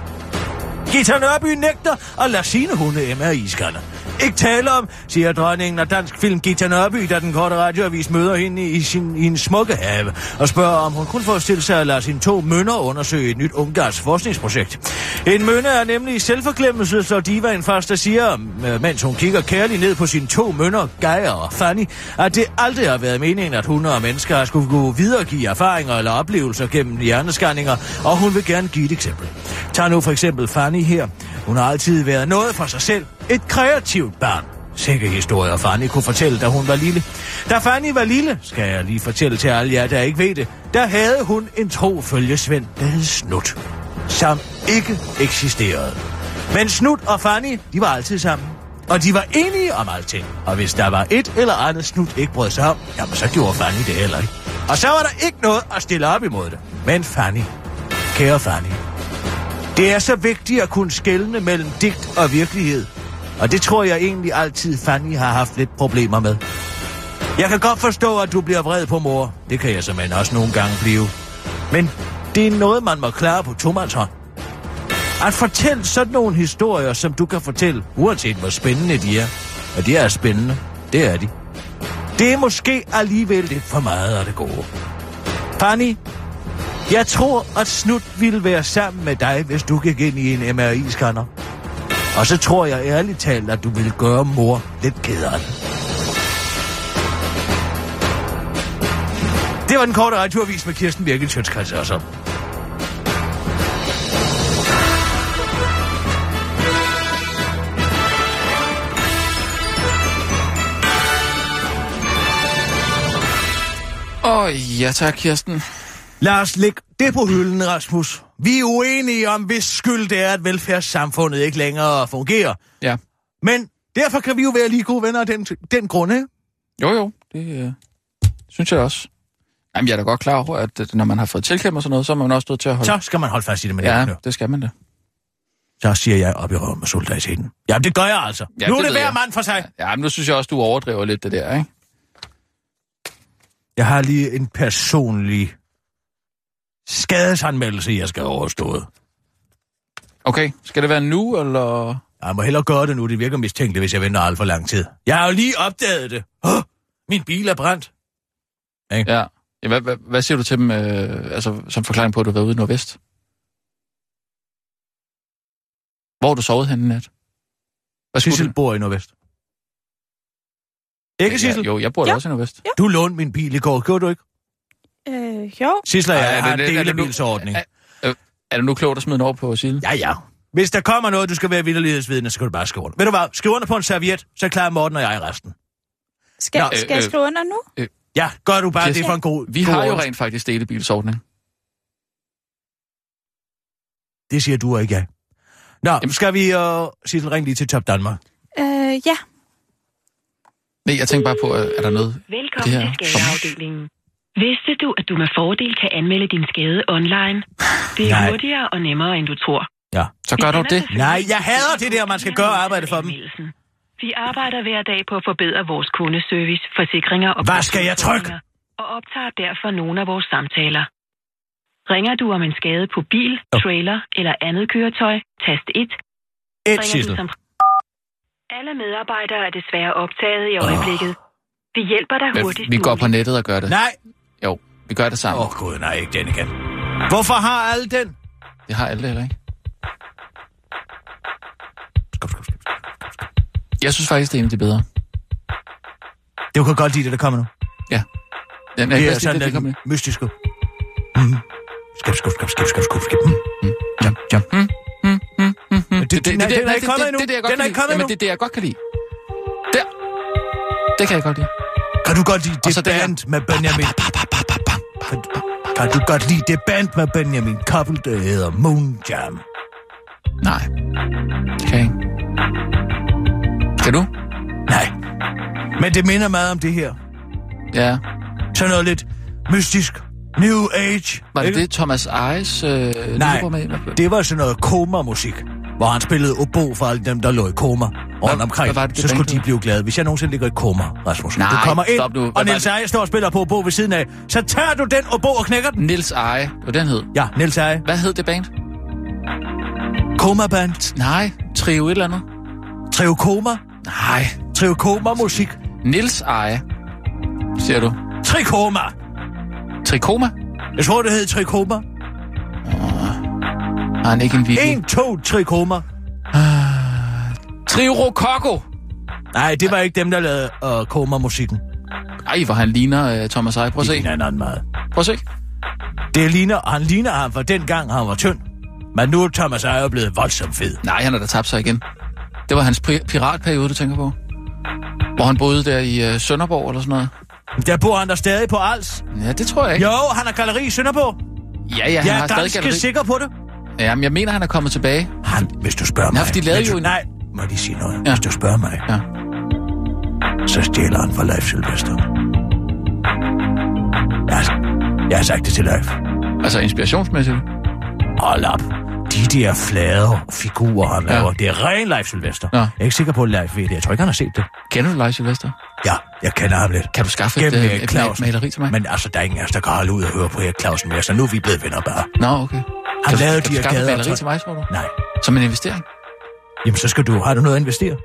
D: Gita Nørby nægter at lade sine hunde MRI-scanner. Ikke tale om, siger dronningen af dansk film Gita Nørby, da den korte radioavis møder hende i en smukke have, og spørger, om hun kunne forestille sig at lade sine 2 mønner undersøge et nyt ungarsk forskningsprojekt. En mønne er nemlig selvforglemmelse, så divaen først der siger, mens hun kigger kærligt ned på sine 2 mønner, Gaia og Fanny, at det aldrig har været meningen, at hunde og mennesker skulle gå videregive erfaringer eller oplevelser gennem hjerneskanninger, og hun vil gerne give et eksempel. Tag nu for eksempel Fanny her. Hun har altid været noget for sig selv. Et kreativt barn. Sikke historier Fanny kunne fortælle, da hun var lille. Da Fanny var lille, skal jeg lige fortælle til alle jer, der ikke ved det, der havde hun en tro følgesvend, der hed Snut, som ikke eksisterede. Men Snut og Fanny, de var altid sammen. Og de var enige om alting. Og hvis der var et eller andet Snut ikke brød sig om, jamen så gjorde Fanny det heller ikke. Og så var der ikke noget at stille op imod det. Men Fanny, kære Fanny, det er så vigtigt at kunne skelne mellem digt og virkelighed. Og det tror jeg egentlig altid Fanny har haft lidt problemer med. Jeg kan godt forstå, at du bliver vred på mor. Det kan jeg simpelthen også nogle gange blive. Men det er noget, man må klare på tomandshånd. At fortælle sådan nogle historier, som du kan fortælle, uanset hvor spændende de er. Og de er spændende. Det er de. Det er måske alligevel lidt for meget af det gode. Fanny, jeg tror, at Snut ville være sammen med dig, hvis du gik ind i en MRI-scanner. Og så tror jeg ærligt talt, at du ville gøre mor lidt ked af det. Det var den korte radioavis med Kirsten Birgit Schøtz-Krets også.
E: Ja tak, Kirsten.
D: Lad os lægge det på hylden, Rasmus. Vi er uenige om, hvis skyld det er, at velfærdssamfundet ikke længere fungerer.
E: Ja.
D: Men derfor kan vi jo være lige gode venner af den grund, ikke?
E: Jo, det synes jeg også. Jamen, jeg er da godt klar over, at når man har fået tilkæmmet og sådan noget, så er man også nødt til at holde...
D: Så skal man holde fast i det med det.
E: Ja, det skal man da.
D: Så siger jeg op i røven med solidariteten. Jamen, det gør jeg altså. Ja, nu er det hver mand for sig.
E: Ja, men nu synes jeg også, du overdriver lidt det der, ikke?
D: Jeg har lige en personlig skadesanmeldelse, jeg skal overstået.
E: Okay, skal det være nu, eller...?
D: Jeg må hellere gøre det nu, det virker mistænkeligt, hvis jeg venter alt for lang tid. Jeg har jo lige opdaget det. Min bil er brændt.
E: Ikke? Ja, hvad siger du til dem, altså som forklaring på, at du har været ude i Nordvest? Hvor har du sovet henne nat?
D: Sissel bor i Nordvest. Ikke, Sissel?
E: Jo, jeg bor da også i Nordvest.
B: Jo.
D: Du lånte min bil i går, gjorde du ikke?
B: Jo.
D: Sissel og jeg har en delebilsordning.
E: Er det nu klogt at smide den over på Sissel?
D: Ja. Hvis der kommer noget, du skal være vitterlighedsvidende, så skal du bare skrive under. Ved du hvad? Skriv under på en serviet, så klarer Morten og jeg resten.
B: Skal jeg skrive under nu?
D: Ja, gør du bare det for en god...
E: Vi har jo rent faktisk delebilsordning.
D: Det siger du og ikke jeg. Nå, skal vi Sissel ringe lige til Top Danmark?
B: Ja.
E: Nej, jeg tænker bare på, er der noget...
G: Velkommen til skadeafdelingen. Vidste du, at du med fordel kan anmelde din skade online? Det er hurtigere og nemmere, end du tror.
D: Ja,
E: så gør du det.
D: Nej, jeg hader det der, man skal gøre arbejde for dem.
G: Vi arbejder hver dag på at forbedre vores kundeservice, forsikringer og...
D: Hvad skal jeg trykke?
G: Og optager derfor nogle af vores samtaler. Ringer du om en skade på bil, trailer eller andet køretøj, tast 1.
D: Sissel.
G: Alle medarbejdere er desværre optaget i øjeblikket. Vi hjælper dig hurtigt.
E: Vi går på nettet og gør det.
D: Nej.
E: Jo, vi gør det sammen.
D: Gud, nej, ikke den igen. Hvorfor har alle den?
E: Det har alle det heller ikke. Jeg synes faktisk, det er en af de bedre.
D: Du kan godt lide det, der kommer nu.
E: Ja. Den
D: det er sådan lidt mystiske. Skab. Jump. Den er ikke kommet endnu. Den er ikke kommet endnu.
E: Det er det, jeg godt kan lide. Der. Det kan jeg godt lide.
D: Kan du godt lide det band med Benjamin? Kan du godt lide det band med Benjamin Koppel, der hedder Moon Jam?
E: Nej. Det kan jeg ikke. Kan du?
D: Nej. Men det minder meget om det her.
E: Ja.
D: Sådan noget lidt mystisk. New Age.
E: Var det det Thomas Ejes
D: Nej, det var sådan noget koma-musik, hvor han spillede obo for alle dem, der lå i koma rundt omkring. Så skulle de blive glade. Hvis jeg nogensinde ligger i koma, Rasmus, du kommer ind, og Niels Eje står og spiller på obo ved siden af, så tager du den obo og knækker den.
E: Niels Eje, hvad den hed?
D: Ja, Niels Eje.
E: Hvad hed det band?
D: Koma-band.
E: Nej, Trio et eller andet.
D: Trio Koma?
E: Nej.
D: Trio Koma-musik.
E: Niels Eje, siger du?
D: Trikoma.
E: Trikoma?
D: Jeg tror, det hed Trikoma.
E: Har han ikke en video?
D: 1, 2, Trikoma.
E: Trio Rococo.
D: Nej, det var ikke dem, der lavede koma-musikken.
E: Ej, hvor han ligner Thomas Eje. Prøv at se.
D: Det ligner en mad.
E: Prøv at se.
D: Han ligner ham fra dengang, han var tynd. Men nu er Thomas Eje blevet voldsomt fed.
E: Nej, han har da tabt sig igen. Det var hans piratperiode, du tænker på. Hvor han boede der i Sønderborg eller sådan noget.
D: Der bor han der stadig på Als.
E: Ja, det tror jeg ikke.
D: Jo, han har galleri i Sønderborg.
E: Ja, han har stadig galleri. Jeg er ganske
D: sikker på det.
E: Ja, men jeg mener, han er kommet tilbage.
D: Hvis du spørger mig.
E: Ja, for de lavede jo
D: Nej, må de sige noget. Ja. Hvis du spørger mig, så stjæler han fra Leif Sylvester. Jeg har sagt det til Leif.
E: Altså inspirationsmæssigt?
D: Hold op. De der flade figurer, han laver, det er ren Leif Sylvester. Ja. Jeg er ikke sikker på, at Leif ved det. Jeg tror ikke, han har set det.
E: Kender du Leif Sylvester?
D: Ja, jeg kender ham lidt.
E: Kan du skaffe et maleri til mig?
D: Men altså, der er ingen af os, der kan holde ud og høre på Erik Clausen mere, så nu er vi blevet venner bare.
E: Nå, okay.
D: Han lavede de her gader.
E: Kan du skaffe et maleri til mig, tror du?
D: Nej.
E: Som en investering?
D: Jamen, så skal du... Har du noget at investere?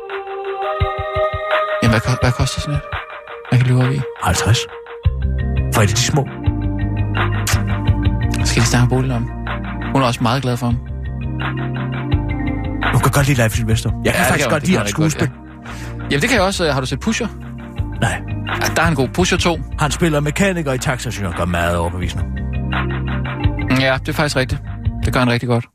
E: Jamen, hvad koster sådan et? Hvad kan løbe op i?
D: 50. For de små.
E: Skal de snakke bolig om? Hun er også meget glad for ham.
D: Du kan godt lide Leif Sylvester. Jeg kan faktisk godt lide hans skuespil.
E: Jamen, det kan jeg også. Har du set Pusher?
D: Nej.
E: Ja, der er en god Pusher 2.
D: Han spiller mekaniker i taxa, synes jeg gør meget overbevisende.
E: Ja, det er faktisk rigtigt. Det gør han rigtig godt.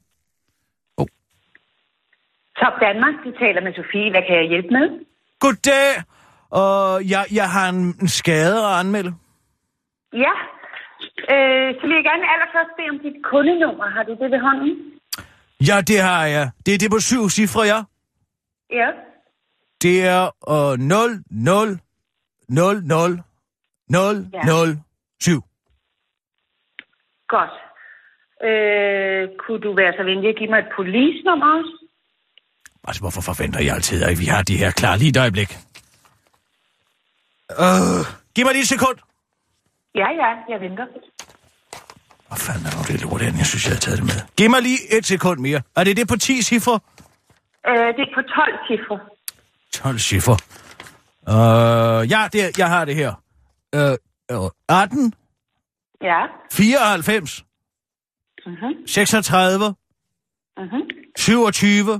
H: Top Danmark, du taler med Sofie. Hvad kan jeg hjælpe med?
D: Goddag. Jeg har en skade at anmelde.
H: Ja. Så vil jeg gerne allerførst bede om dit kundenummer. Har du det ved hånden?
D: Ja, det har jeg. Det er det på 7 cifre, ja.
H: Ja.
D: Det er 0, 0, 0, 0, 0, 0, 7.
H: Godt. Kunne du være så venlig at give mig et policenummer også?
D: Altså, hvorfor forventer jeg altid, at vi har de her klar lige et øjeblik? Giv mig lige et sekund.
H: Ja, jeg venter.
D: Hvad fanden er det lort her? Jeg synes, jeg havde taget det med. Giv mig lige et sekund mere. Er det på 10 cifre?
H: Det er på 12 cifre.
D: 12 cifre. Jeg har det her. 18.
H: Ja.
D: 94. 36. 27.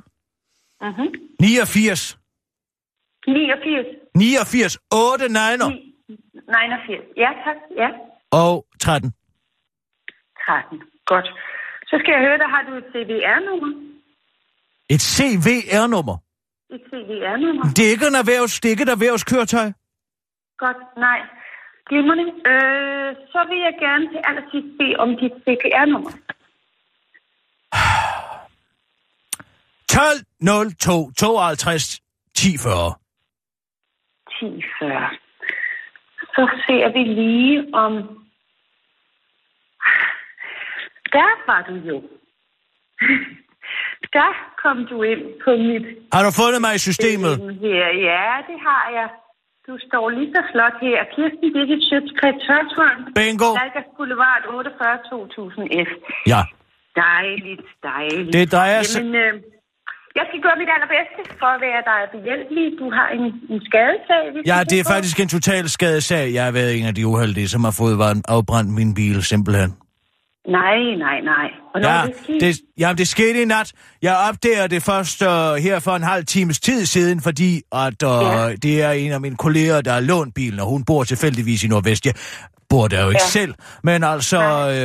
D: 89.
H: 89.
D: 89. 8 negner.
H: 89. Ja, tak. Ja.
D: Og 13.
H: 13. Godt. Så skal jeg høre, der har du et CVR-nummer.
D: Et CVR-nummer?
H: Et CVR-nummer.
D: Det er ikke et erhvervskøretøj.
H: Godt, nej. Glimrende. Så vil jeg gerne til allersidst bede om dit CPR-nummer.
D: 12 02 52 10 40.
H: 10 40. Så ser vi lige om... Der var du jo. Der kom du ind på mit...
D: Har du fundet mig i systemet?
H: Ja, det har jeg. Du står lige så flot her. Kirsten Birgit Schiøtz-Kretz Hørsholm.
D: Bingo.
H: Dalgas Boulevard 48 2000 F.
D: Ja.
H: Dejligt.
D: Det drejer sig...
H: Jamen, jeg skal gøre mit allerbedste for at være dig behjælpelig. Du har en skadesag.
D: Ja, det er faktisk en total skadesag. Jeg har været en af de uheldige, som har fået afbrændt min bil, simpelthen.
H: Nej.
D: Ja, det skete i nat. Jeg opdager det først her for en halv times tid siden, fordi at, det er en af mine kolleger, der har lånt bilen, og hun bor tilfældigvis i Nordvest. Jeg bor der jo ikke selv, men altså...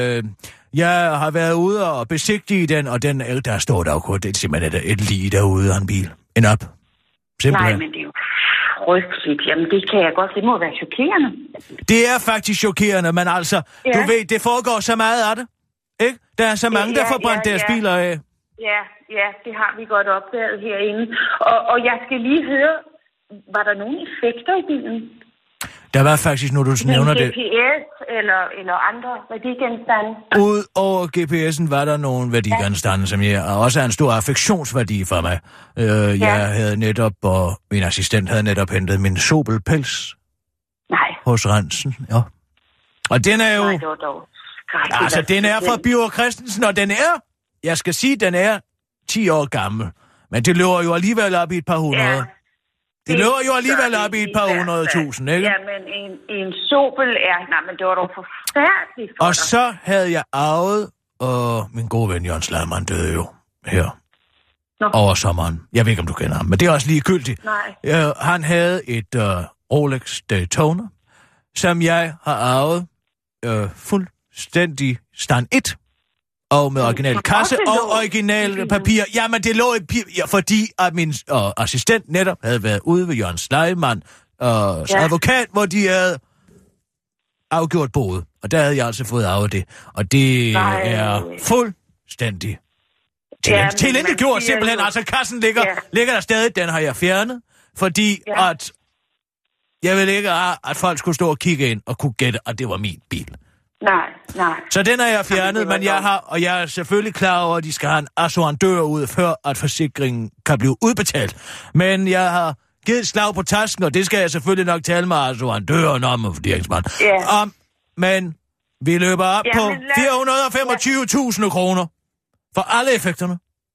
D: jeg har været ude og besigtige den, og der står der jo det er simpelthen et lige derude af en bil. En op. Simpelthen.
H: Nej, men det er jo frygteligt. Jamen, det kan jeg godt. Det må være chokerende.
D: Det er faktisk chokerende, men altså, du ved, det foregår så meget af det. Ikke? Der er så mange, der får brændt deres biler af.
H: Ja, det har vi godt opdaget herinde. Og jeg skal lige høre, var der nogen effekter i bilen?
D: Der var faktisk, når du nævner det...
H: GPS eller andre værdigenstande?
D: Ud over GPS'en var der nogle værdigenstande, som også er en stor affektionsværdi for mig. Jeg havde netop, og min assistent havde netop hentet min sobelpels hos Rensen. Ja. Og den er jo...
H: Nej, det var dog.
D: Altså, den er fra Birger Christensen, og den er... Jeg skal sige, den er 10 år gammel. Men det løber jo alligevel op i et par hundrede.
H: Ja.
D: Det løber jo alligevel op i et par 100.000, ikke?
H: Ja, men en sobel er... Nej, men det var dog forfærdeligt for
D: og dig. Så havde jeg arvet, og min gode ven Jørgen Sladman døde jo her over sommeren. Jeg ved ikke, om du kender ham, men det er også ligegyldigt.
H: Nej.
D: Han havde et Rolex Daytona, som jeg har arvet fuldstændig stand 1. Og med original kasse og original papir. Jamen, det lå fordi at min assistent netop havde været ude ved Jørgen Sleiman advokat, hvor de havde afgjort boet. Og der havde jeg altså fået arvet det. Og det er fuldstændig tilintetgjort simpelthen. Altså, kassen ligger der stadig. Den har jeg fjernet, fordi at jeg ville ikke at folk skulle stå og kigge ind og kunne gætte, at det var min bil.
H: Nej.
D: Så den har jeg fjernet, men jeg er selvfølgelig klar over, at de skal have en assurandør ud, før at forsikringen kan blive udbetalt. Men jeg har givet slag på tasken, og det skal jeg selvfølgelig nok tale med assurandøren om, og vurderingsmanden. Men vi løber op på 425.000 kroner for alle effekterne.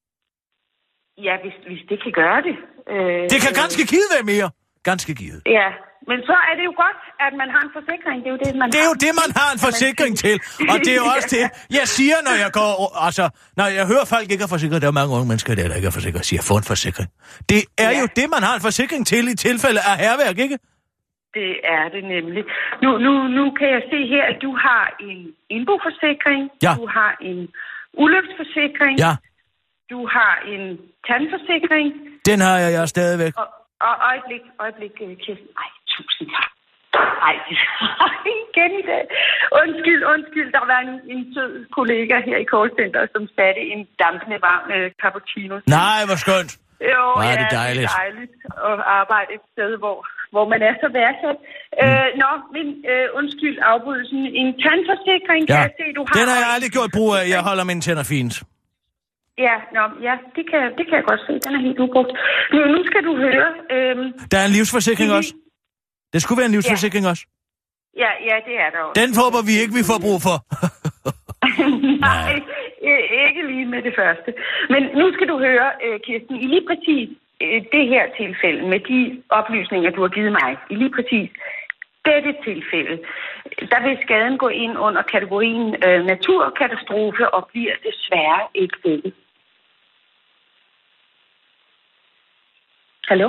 H: Ja, hvis det kan gøre det.
D: Det kan ganske givet være mere. Ganske givet.
H: Ja. Men så er det jo godt, at man har en forsikring. Det er jo det,
D: man har en forsikring til. Og det er jo også det, jeg siger, når jeg går... Altså, når jeg hører folk ikke er forsikret, der er mange unge mennesker, der ikke er forsikret, siger, få en forsikring. Det er jo det, man har en forsikring til i tilfælde af hærværk, ikke?
H: Det er det nemlig. Nu kan jeg se her, at du har en indboforsikring.
D: Ja.
H: Du har en ulykkesforsikring.
D: Ja.
H: Du har en tandforsikring.
D: Den har jeg stadigvæk.
H: Og øjeblik, Kirsten. Ej, tusind tak. Ej, igen i dag. Undskyld. Der var en sød kollega her i callcenteret, som satte en dampende varm cappuccino.
D: Nej, hvor skønt.
H: Jo,
D: er det dejligt.
H: Det er dejligt at arbejde et sted, hvor man er så værdsat. Men undskyld afbrydelsen. En tandforsikring, kan jeg se, du har...
D: Den har jeg aldrig gjort brug af. Jeg holder mine tænder fint.
H: Det kan jeg godt se. Den er helt ubrugt. Nu skal du høre...
D: Der er en livsforsikring også. Det skulle være en livsforsikring også.
H: Ja, det er der også.
D: Den håber vi ikke, vi får brug for.
H: Nej, ikke lige med det første. Men nu skal du høre, Kirsten, i lige præcis det her tilfælde, med de oplysninger, du har givet mig, i lige præcis dette tilfælde, der vil skaden gå ind under kategorien naturkatastrofe og bliver desværre ikke dækket. Hallo?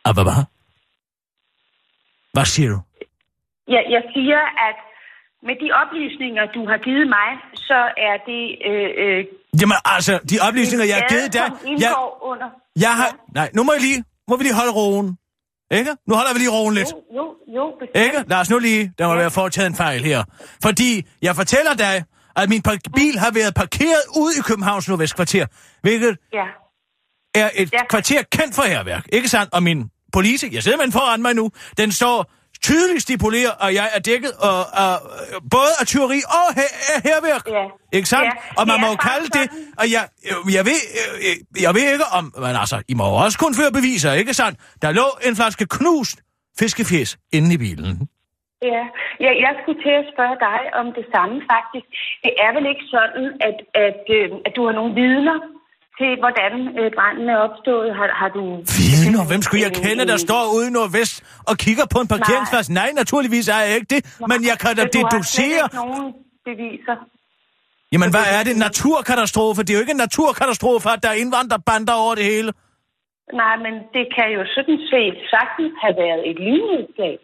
D: Hvad siger du?
H: Ja, jeg siger, at med de oplysninger, du har givet mig, så er det...
D: Jamen altså, de oplysninger, jeg har givet dig... Nej, nu må vi lige holde roen. Ikke? Nu holder vi lige roen lidt.
H: Jo.
D: Ikke? Lad os nu lige... Der må være foretaget en fejl her. Fordi jeg fortæller dig, at min bil har været parkeret ude i Københavns Nordvestkvarter. Hvilket er et kvarter kendt for hærværk. Ikke sandt? Og min police, jeg sidder med den foran mig nu, den står tydeligt stipuleret, og jeg er dækket både af tyveri og hærværk. Ikke sandt? Og man må jo kalde det... Og jeg ved ikke om... Men altså, I må også kun føre beviser, ikke sandt? Der lå en flaske knust fiskefjæs inde i bilen.
H: Ja, jeg skulle til at spørge dig om det samme faktisk. Det er vel ikke sådan, at du har nogle vidner til, hvordan branden er opstået? Har du...
D: Vidner? Hvem skulle jeg kende, der står ude i Nordvest og kigger på en parkeringsplads? Nej, naturligvis er jeg ikke det, men jeg kan da deducere...
H: Du har nogen beviser?
D: Jamen, hvad er det? Naturkatastrofe? Det er jo ikke en naturkatastrofe, at der er indvandrerbander over det hele.
H: Nej, men det kan jo sådan set sagtens have været et lynnedslag.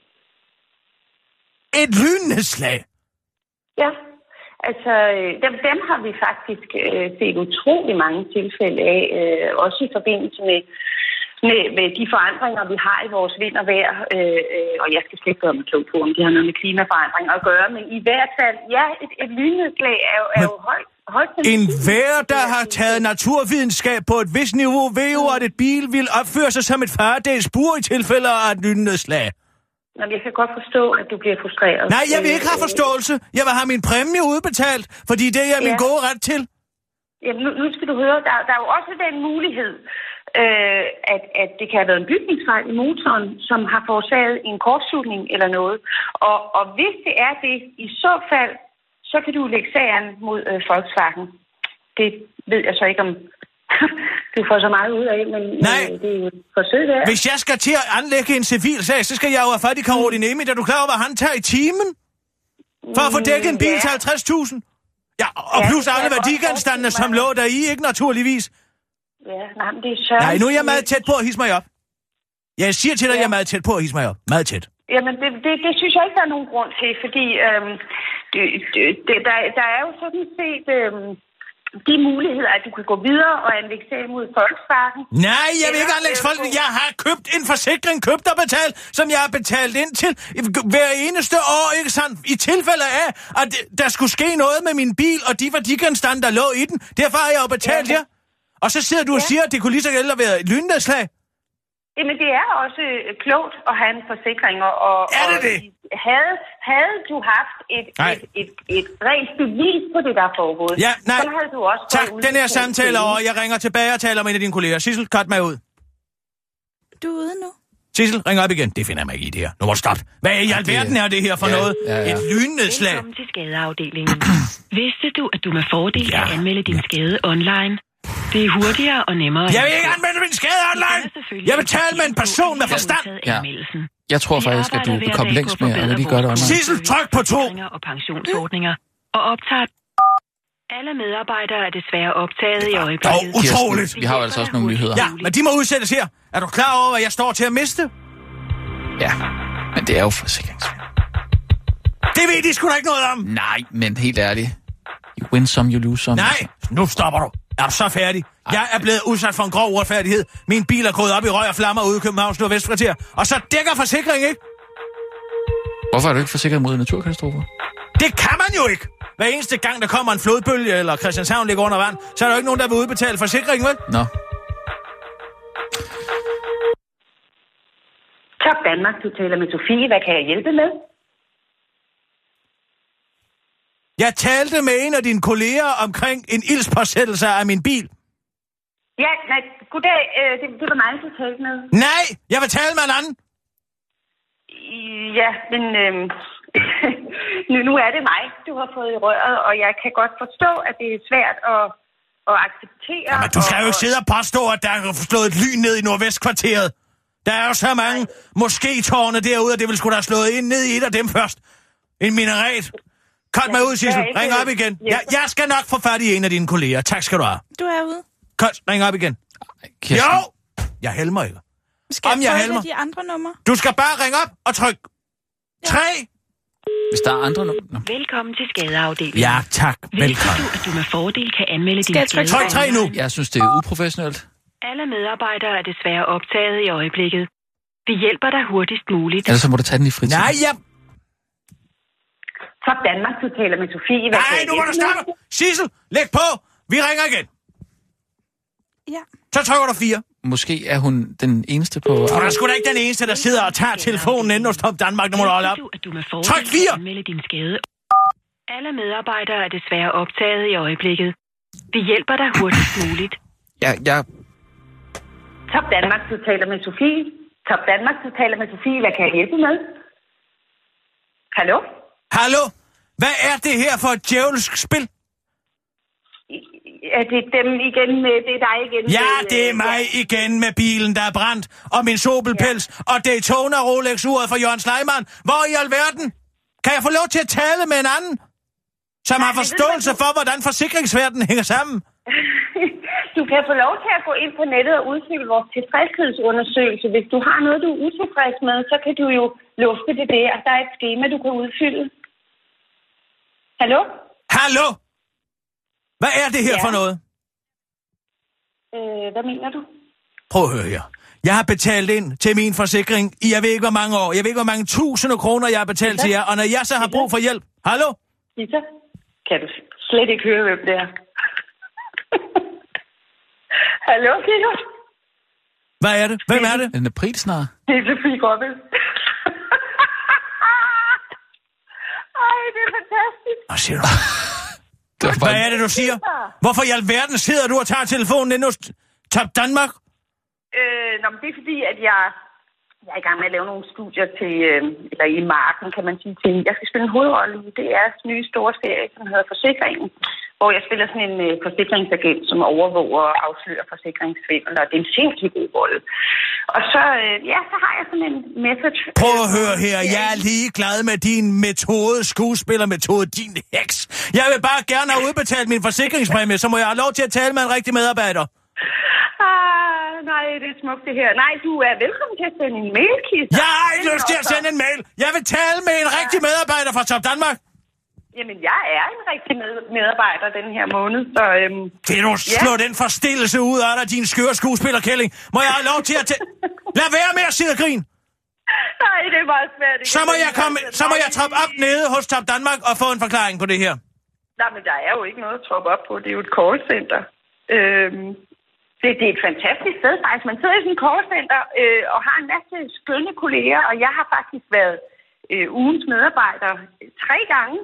D: Et lynnedslag?
H: Ja, altså dem har vi faktisk set utrolig mange tilfælde af, også i forbindelse med de forandringer, vi har i vores vind og vejr. Og jeg skal slet ikke gøre mig klog på, om det har noget med klimaforandringer at gøre, men i hvert fald, ja, et lynnedslag er jo højt.
D: En vejr, der har taget naturvidenskab på et vist niveau, ved jo, at et bil vil opføre sig som et Faradays bur i tilfælde af et lynnedslag.
H: Nå, jeg kan godt forstå, at du bliver frustreret.
D: Nej, jeg vil ikke have forståelse. Jeg vil have min præmie udbetalt, fordi det er min gode ret til.
H: Jamen, nu skal du høre, der er jo også den mulighed, at det kan have været en bygningsfejl i motoren, som har forårsaget en kortslutning eller noget. Og hvis det er det, i så fald, så kan du lægge sagen mod Volkswagen. Det ved jeg så ikke, om du får så meget ud af, men det er jo et forsøg der.
D: Hvis jeg skal til at anlægge en civil sag, så skal jeg jo have fat i Karoli Nemi. Er du klar over, hvad han tager i timen? For at få dækket en bil til 50.000? Ja, og plus alle værdigenstandene, som lå der i, ikke naturligvis?
H: Ja, nej, men det er sørgeligt.
D: Nej, nu er jeg meget tæt på at hisse mig op. Jeg siger til dig, at jeg er meget tæt på at hisse mig op. Meget tæt.
H: Jamen, det synes jeg ikke, der er nogen grund til, fordi der er jo sådan set de muligheder, at du kan gå videre og anlægge sag mod Volkswagen.
D: Nej, jeg vil ikke anlægge folk. Jeg har købt en forsikring, købt og betalt, som jeg har betalt ind til hver eneste år, ikke sandt? I tilfælde af, at der skulle ske noget med min bil og de værdigenstande, der lå i den. Derfor har jeg jo betalt jer. Og så sidder du og siger, at det kunne lige så gælde at være et lynnedslag.
H: Jamen, det er også klogt at have en forsikring, og havde du haft et rent bevis på det, der er foregået, så havde du også...
D: Tak, den her samtale over. Jeg ringer tilbage og taler med en af dine kolleger. Sissel, cut mig ud.
B: Du er ude nu.
D: Sissel, ring op igen. Det finder jeg mig ikke i det her. Nu må du stoppe. Hvad i alverden er det her for noget? Et lynnedslag.
G: Velkommen til skadeafdelingen. Vidste du, at du med fordel kan anmelde din skade online? Det er hurtigere og nemmere.
D: Jeg vil ikke anmelde min skade online! Jeg vil tale med en person med forstand!
E: Ja. Jeg tror faktisk, at du vil komme længst med, at de gør det online.
D: Sissel, tryk på 2!
G: Og pensionsordninger. Og optager... Alle medarbejdere er desværre optaget i øjeblikket.
D: Utroligt!
E: Vi har jo altså også nogle nyheder.
D: Ja, men de må udsættes her. Er du klar over, hvad jeg står til at miste?
E: Ja, men det er jo forsikringsfirma.
D: Det ved de sgu da ikke noget om!
E: Nej, men helt ærligt. You win some, you lose some.
D: Nej, nu stopper du. Er du så færdig? Jeg er blevet udsat for en grov uretfærdighed. Min bil er gået op i røg og flammer ude i Københavns Nordvestkvarter. Og så dækker forsikring, ikke?
E: Hvorfor er du ikke forsikret mod naturkatastrofer?
D: Det kan man jo ikke! Hver eneste gang, der kommer en flodbølge, eller Christianshavn ligger under vand, så er der jo ikke nogen, der vil udbetale forsikring, vel?
E: Nå.
H: Top Danmark, du taler med Sofie. Hvad kan jeg hjælpe med?
D: Jeg talte med en af dine kolleger omkring en ildspåsættelse af min bil.
H: Ja, nej, goddag. Det var mig, du talte med.
D: Nej, jeg vil tale med en anden.
H: Ja, men nu er det mig, du har fået i røret, og jeg kan godt forstå, at det er svært at acceptere.
D: Jamen, du skal jo ikke sidde og påstå, at der er slået et lyn ned i Nordvestkvarteret. Der er jo så mange mosketårne derude, og det vil sgu da slået ind ned i et af dem først. En minaret. Cut mig ud, Sissel. Ring op igen. Jeg skal nok få fat i en af dine kolleger. Tak skal du have.
B: Du er ude.
D: Ring op igen. Jo! Jeg helmer ikke.
B: Skal jeg prøve de andre numre?
D: Du skal bare ringe op og trykke 3.
E: Hvis der er andre numre.
G: Velkommen til skadeafdelingen.
D: Ja, tak. Velkommen.
G: Vidste du, at du med fordel kan anmelde din skade?
D: Tryk 3 nu.
E: Jeg synes, det er uprofessionelt.
G: Alle medarbejdere er desværre optaget i øjeblikket. Vi hjælper dig hurtigst muligt.
E: Ellers så må du tage den i fritid.
D: Nej, ja.
H: Top Danmark, du taler med Sofie.
D: Nej, nu må du stoppe. Sissel, læg på. Vi ringer igen.
B: Ja.
D: Så trykker du 4.
E: Måske er hun den eneste på...
D: Du er sgu da ikke den eneste, der sidder og tager telefonen inde hos Top Danmark. Nu må du holde op. Tryk 4.
G: Alle medarbejdere er desværre optaget i øjeblikket. Vi hjælper dig hurtigst muligt.
E: Ja.
H: Top Danmark, du taler med Sofie. Top Danmark, du taler med Sofie. Hvad kan jeg hjælpe med? Hallo?
D: Hallo? Hvad er det her for et djævelsk spil?
H: Er det dem igen? Det er dig igen?
D: Ja, det er mig igen med bilen, der er brændt. Og min Sobelpels. Og Daytona Rolex-uret fra Jørgen Sleiman. Hvor i alverden? Kan jeg få lov til at tale med en anden? som har forståelse for, hvordan forsikringsverdenen hænger sammen.
H: Du kan få lov til at gå ind på nettet og udfylde vores tilfredshedsundersøgelse. Hvis du har noget, du er utilfreds med, så kan du jo lufte det der. Der er et skema, du kan udfylde. Hallo?
D: Hallo? Hvad er det her for noget?
H: Hvad mener du?
D: Prøv at høre her. Jeg har betalt ind til min forsikring i jeg ved ikke, hvor mange år. Jeg ved ikke, hvor mange tusinde kroner, jeg har betalt til jer. Og når jeg så har brug for hjælp... Hallo?
H: Lisa? Kan du slet ikke høre, hvem det er? Hallo, Kiko?
D: Hvad er det? Hvem er det?
E: En aprilsnar.
H: Det er Sofie Gråbøl. Ej, det er fantastisk.
D: Hvad siger du? Hvad er det, du siger? Hvorfor i alverden sidder du og tager telefonen ind hos Top Danmark?
H: Men det er fordi, at jeg er i gang med at lave nogle studier til, eller i marken, kan man sige, til. Jeg skal spille en hovedrolle i DR's nye store serie, som hedder Forsikringen, hvor jeg spiller sådan en forsikringsagent, som overvåger og afslører forsikringssvindel, og det er en sindssygt god rolle. Og så, så har jeg sådan en message.
D: Prøv at høre her, jeg er ligeglad med din metode, skuespillermetode, din heks. Jeg vil bare gerne have udbetalt min forsikringspræmie, så må jeg have lov til at tale med en rigtig medarbejder.
H: Nej, det er smukt det her. Nej, du er velkommen til at sende en mail, Kisa.
D: Jeg har ikke lyst til at sende en mail. Jeg vil tale med en rigtig medarbejder fra Top Danmark.
H: Jamen, jeg er en rigtig medarbejder den her måned, så...
D: Vil du slå den forstillelse ud af dig, din skøre skuespillerkælling? Må jeg have lov til at... Lad være med at sidde og grine.
H: Nej, det er meget svært.
D: Så må jeg troppe op nede hos Top Danmark og få en forklaring på det her.
H: Nej, men der er jo ikke noget at troppe op på. Det er jo et callcenter. Det er et fantastisk sted, faktisk. Man sidder i sådan et callcenter og har en masse skønne kolleger, og jeg har faktisk været ugens medarbejder 3 gange.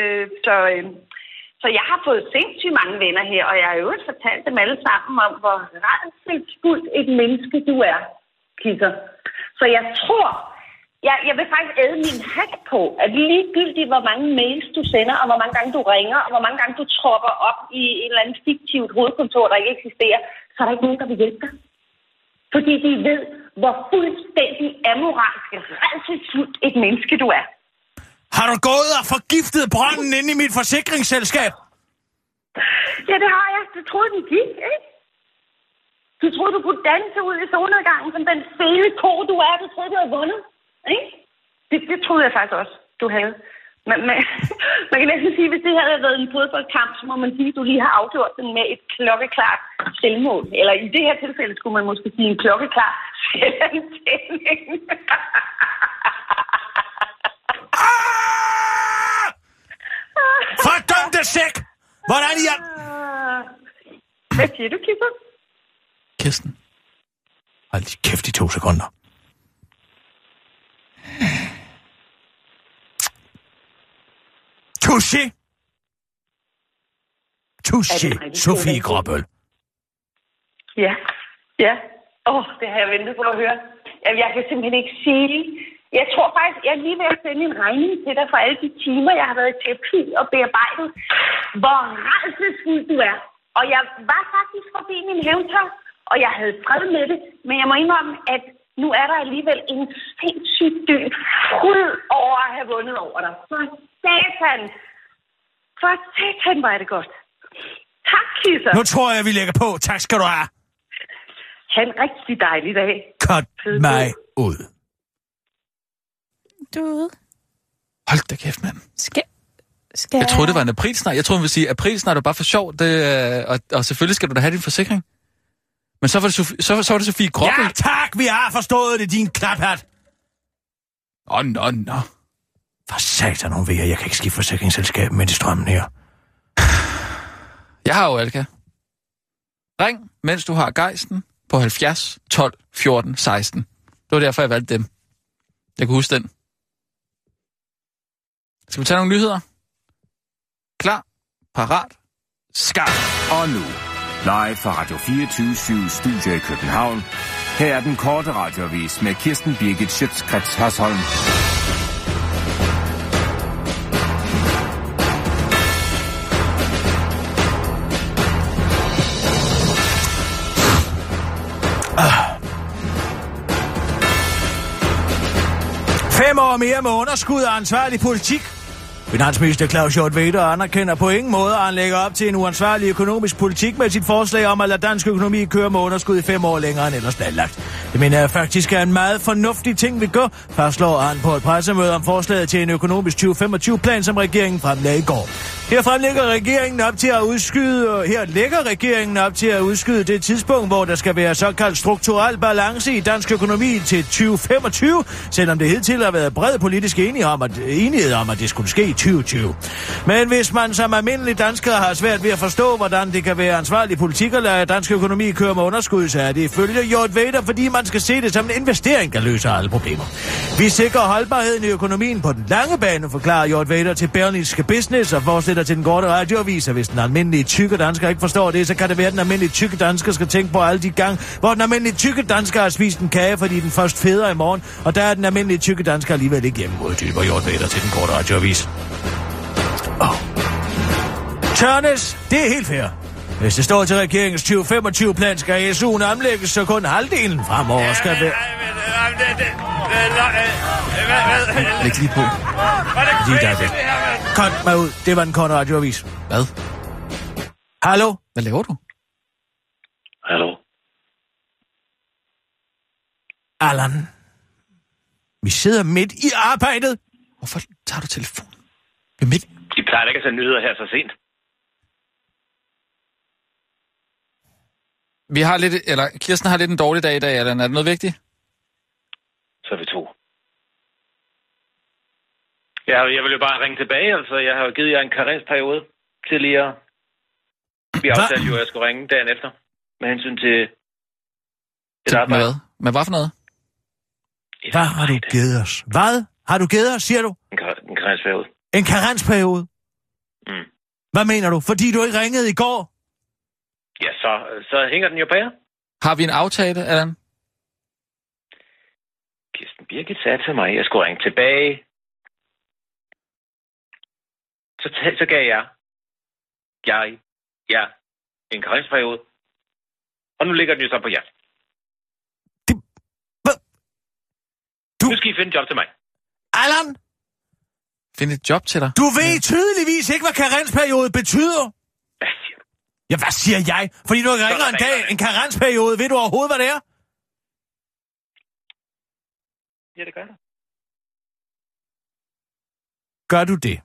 H: Så jeg har fået sindssygt mange venner her, og jeg har jo fortalt dem alle sammen om, hvor rædselsfuldt et menneske du er, Kisser. Så jeg tror, jeg vil faktisk æde min hat på, at ligegyldigt hvor mange mails du sender, og hvor mange gange du ringer, og hvor mange gange du tropper op i et eller andet fiktivt hovedkontor, der ikke eksisterer, så er der ikke nogen, der vil hjælpe dig. Fordi de ved, hvor fuldstændig amoralsk, rædselsfuldt et menneske du er.
D: Har du gået og forgiftet branden inde i mit forsikringsselskab?
H: Ja, det har jeg. Du troede, den gik, ikke? Du troede, du kunne danse ud i solnedgangen som den fede ko, du er. Du troede, du havde vundet, ikke? Det troede jeg faktisk også, du havde. Men man kan næsten sige, at hvis det havde været en fodboldkamp, så må man sige, at du lige har afgjort den med et klokkeklart selvmål. Eller i det her tilfælde skulle man måske sige en klokkeklar selvantænding.
D: Fordømte sæk! Hvordan i alt?
H: Hvad siger du, Kisser?
E: Kirsten.
D: Hold lige kæft i 2 sekunder. Touché, Sofie Gråbøl.
H: Ja. Det har jeg ventet på at høre. Jeg kan simpelthen ikke sige. Jeg tror faktisk, jeg er lige ved at sende en regning til dig for alle de timer, jeg har været i terapi og bearbejdet. Hvor rædselsfuld du er. Og jeg var faktisk forbi min hævntør, og jeg havde fred med det. Men jeg må indrømme, at nu er der alligevel en sindssygt dyb fryd over at have vundet over dig. For satan var det godt. Tak, Kisser.
D: Nu tror jeg, vi lægger på. Tak skal du have.
H: Ha' en rigtig dejlig dag.
D: Cut mig ud.
B: Du er ude.
E: Hold da kæft, mand.
B: Skal
E: Jeg troede, det var en aprilsnar. Jeg troede, hun ville sige, aprilsnar er bare for sjov. Og selvfølgelig skal du da have din forsikring. Men så var det Sofie Gråbøl.
D: Ja, tak, vi har forstået det, din klaphat.
E: Nå.
D: For satan, hun ved, jeg kan ikke skifte forsikringsselskab midt i strømmen her.
E: Jeg har jo Alka. Ring, mens du har gejsten, på 70 12 14 16. Det var derfor, jeg valgte dem. Jeg kunne huske den. Skal vi tage nogle nyheder? Klar, parat, skarp.
F: Og nu, live fra Radio 24/7 Studio i København. Her er den korte radioavis med Kirsten Birgit Schøtz-Krets Hørsholm.
D: Fem år mere med underskud og ansvarlig politik. Finansminister Claus Hjort Vedder anerkender på ingen måde, at han lægger op til en uansvarlig økonomisk politik med sit forslag om at lade dansk økonomi køre med underskud i 5 år længere end ellers planlagt. Det mener jeg faktisk er en meget fornuftig ting, vi gør, fastslår han på et pressemøde om forslaget til en økonomisk 2025-plan, som regeringen fremlagde i går. Her lægger regeringen op til at udskyde det tidspunkt, hvor der skal være såkaldt strukturel balance i dansk økonomi til 2025, selvom det hidtil har været bred politisk enighed om, at det skulle ske i 2020. Men hvis man som almindelig dansker har svært ved at forstå, hvordan det kan være ansvarlig politik at lade dansk økonomi køre med underskud, så er det ifølge Hjort Vedder, fordi man skal se det som en investering, der løser alle problemer. Vi sikrer holdbarheden i økonomien på den lange bane, forklarer Hjort Vedder til Berlingske Business og fortsætter til den korte radioavis, og hvis den almindelige tykke dansker ikke forstår det, så kan det være, at den almindelige tykke dansker skal tænke på alle de gange, hvor den almindelige tykke dansker har spist en kage, fordi den først feder i morgen, og der er den almindelige tykke dansker alligevel ikke hjemme, uddyber Hjort Vedder til den korte radioavis. Tørnes, det er helt fair. Hvis det står til regeringens 2025-plan, skal SU'en omlægges, så kun halvdelen fremover skal være... Læg lige på. Lige der det. Kom mig ud. Det var den korte radioavis.
E: Hvad?
D: Hallo?
E: Hvad laver du?
I: Hallo?
D: Allan. Vi sidder midt i arbejdet.
E: Hvorfor tager du telefonen? Vi er midt...
I: De plejer ikke at sende nyheder her så sent.
E: Kirsten har lidt en dårlig dag i dag, eller er det noget vigtigt?
I: Så er vi to. Jeg vil jo bare ringe tilbage, altså. Jeg har jo givet jer en karensperiode tidligere. Vi aftalte jo, at jeg skulle ringe dagen efter. Med hensyn til et arbejde.
E: Hvad? Men hvad for noget?
D: Hvad har du givet os? Hvad har du givet os, siger du?
I: En karensperiode.
D: En karensperiode?
I: Mm.
D: Hvad mener du? Fordi du ikke ringede i går?
I: Ja, så hænger den jo på jer.
E: Har vi en aftale, Allan?
I: Kirsten Birgit sagde til mig, at jeg skulle ringe tilbage. Så gav jeg en karensperiode. Og nu ligger den jo så på jer. Nu skal I finde et job til mig.
D: Allan?
E: Finde et job til dig?
D: Du ved tydeligvis ikke, hvad karensperiode betyder.
I: Hvad siger du?
D: Ja, hvad siger jeg? Fordi du ikke ringer en dag, en karensperiode. Ved du overhovedet, hvad det er?
I: Ja, det gør jeg.
D: Gør du det?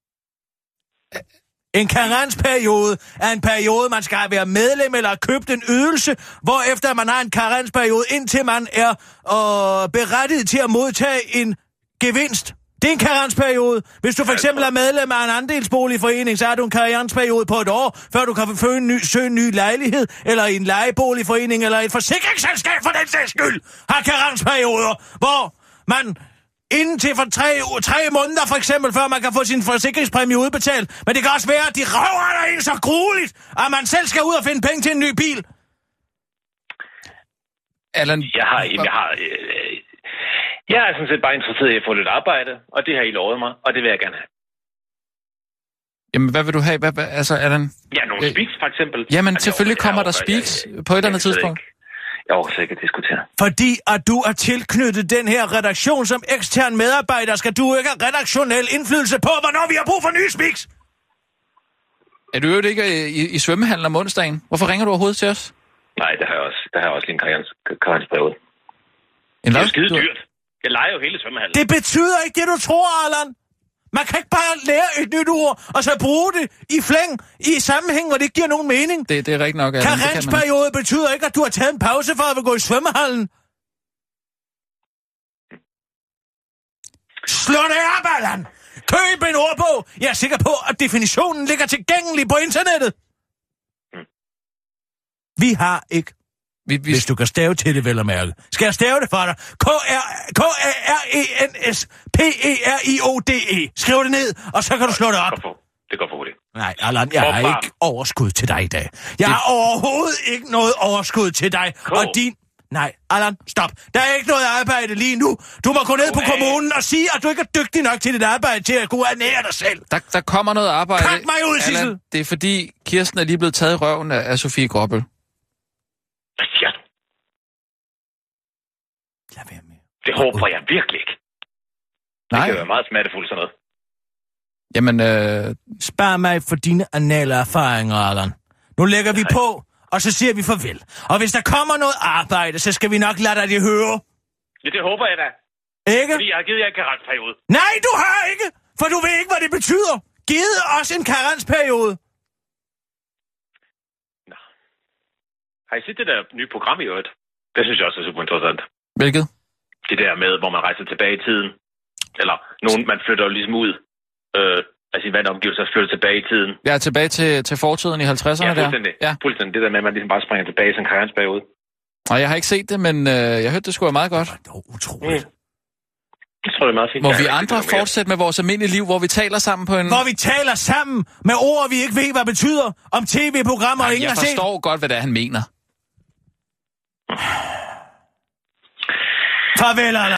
D: En karensperiode er en periode, man skal være medlem eller have købt en ydelse, hvorefter man har en karensperiode, indtil man er berettiget til at modtage en gevinst. Det er en karensperiode. Hvis du for eksempel er medlem af en andelsboligforening, så har du en karensperiode på et år, før du kan søge en ny lejlighed, eller i en lejeboligforening, eller et forsikringsselskab for den sags skyld, har karensperioder, hvor man inden til for 3 måneder, for eksempel, før man kan få sin forsikringspræmie udbetalt. Men det kan også være, at de røver dig ind så grueligt, at man selv skal ud og finde penge til en ny bil.
E: Allan...
I: Jeg er sådan set bare interesseret i at få lidt arbejde, og det har I lovet mig, og det vil jeg gerne have.
E: Jamen, hvad vil du have? Altså, Allan...
I: Ja, nogle speaks, for eksempel.
E: Jamen, selvfølgelig kommer der speaks på et eller andet tidspunkt.
I: Jeg overgår ikke at diskutere.
D: Fordi at du er tilknyttet den her redaktion som ekstern medarbejder, skal du ikke have redaktionel indflydelse på, hvornår vi har brug for nye speaks.
E: Er du jo ikke i svømmehallen om onsdagen? Hvorfor ringer du overhovedet til os?
I: Nej, der har jeg også lige en karensperiode. Det er jo skide dyrt. Jeg leger jo hele svømmehallen.
D: Det betyder ikke det, du tror, Allan. Man kan ikke bare lære et nyt ord, og så bruge det i flæng, i sammenhæng, hvor det ikke giver nogen mening.
E: Det er rigtigt nok, Allan.
D: Karensperiode betyder ikke, at du har taget en pause for at gå i svømmehallen. Slå det op, Allan! Køb en ordbog! Jeg er sikker på, at definitionen ligger tilgængelig på internettet. Vi har ikke. Hvis du kan stave til det, vel at mærke. Skal jeg stave det for dig? K-R-E-N-S-P-E-R-I-O-D-E. Skriv det ned, og så kan du slå det op.
I: Det går for hurtigt.
D: Nej, Allan, jeg har ikke overskud til dig i dag. Jeg har overhovedet ikke noget overskud til dig. Og din... Nej, Allan, stop. Der er ikke noget arbejde lige nu. Du må gå ned på kommunen og sige, at du ikke er dygtig nok til dit arbejde til at kunne ernære dig selv.
E: Der kommer noget arbejde.
D: Kak mig ud, Sissel.
E: Allan, det er fordi Kirsten er lige blevet taget i røven af Sofie Gråbøl.
I: Hvad siger du?
D: Lad være med.
I: Det håber jeg virkelig ikke. Det kan være meget smertefuldt sådan noget.
E: Jamen,
D: Spar mig for dine anale erfaringer, Allan. Nu lægger vi på, og så siger vi farvel. Og hvis der kommer noget arbejde, så skal vi nok lade dig det høre.
I: Ja, det håber jeg da.
D: Ikke?
I: Fordi jeg har givet jer en karensperiode.
D: Nej, du har ikke! For du ved ikke, hvad det betyder. Givet os en karensperiode.
I: Nå. Har I set det der nye program i øvrigt? Det synes jeg også er super interessant.
E: Hvilket?
I: Det der med, hvor man rejser tilbage i tiden. Eller man flytter jo ligesom ud af sin vante omgivelser, flytter tilbage i tiden.
E: Ja, tilbage til fortiden i 50'erne
I: ja, fuldstændig.
E: der. Ja,
I: fuldstændig. Det der med, at man ligesom bare springer tilbage i sådan en karensperiode.
E: Og jeg har ikke set det, men jeg hørte, det skulle være meget godt.
D: Det var utroligt.
I: Jeg tror, det er meget fint.
E: Må vi andre fortsætte med vores almindelige liv, hvor vi taler sammen på en...
D: Hvor vi taler sammen med ord, vi ikke ved, hvad betyder, om tv-programmer, og ingen har set.
E: Jeg forstår godt, hvad det er, han mener.
D: Farvel, Allan.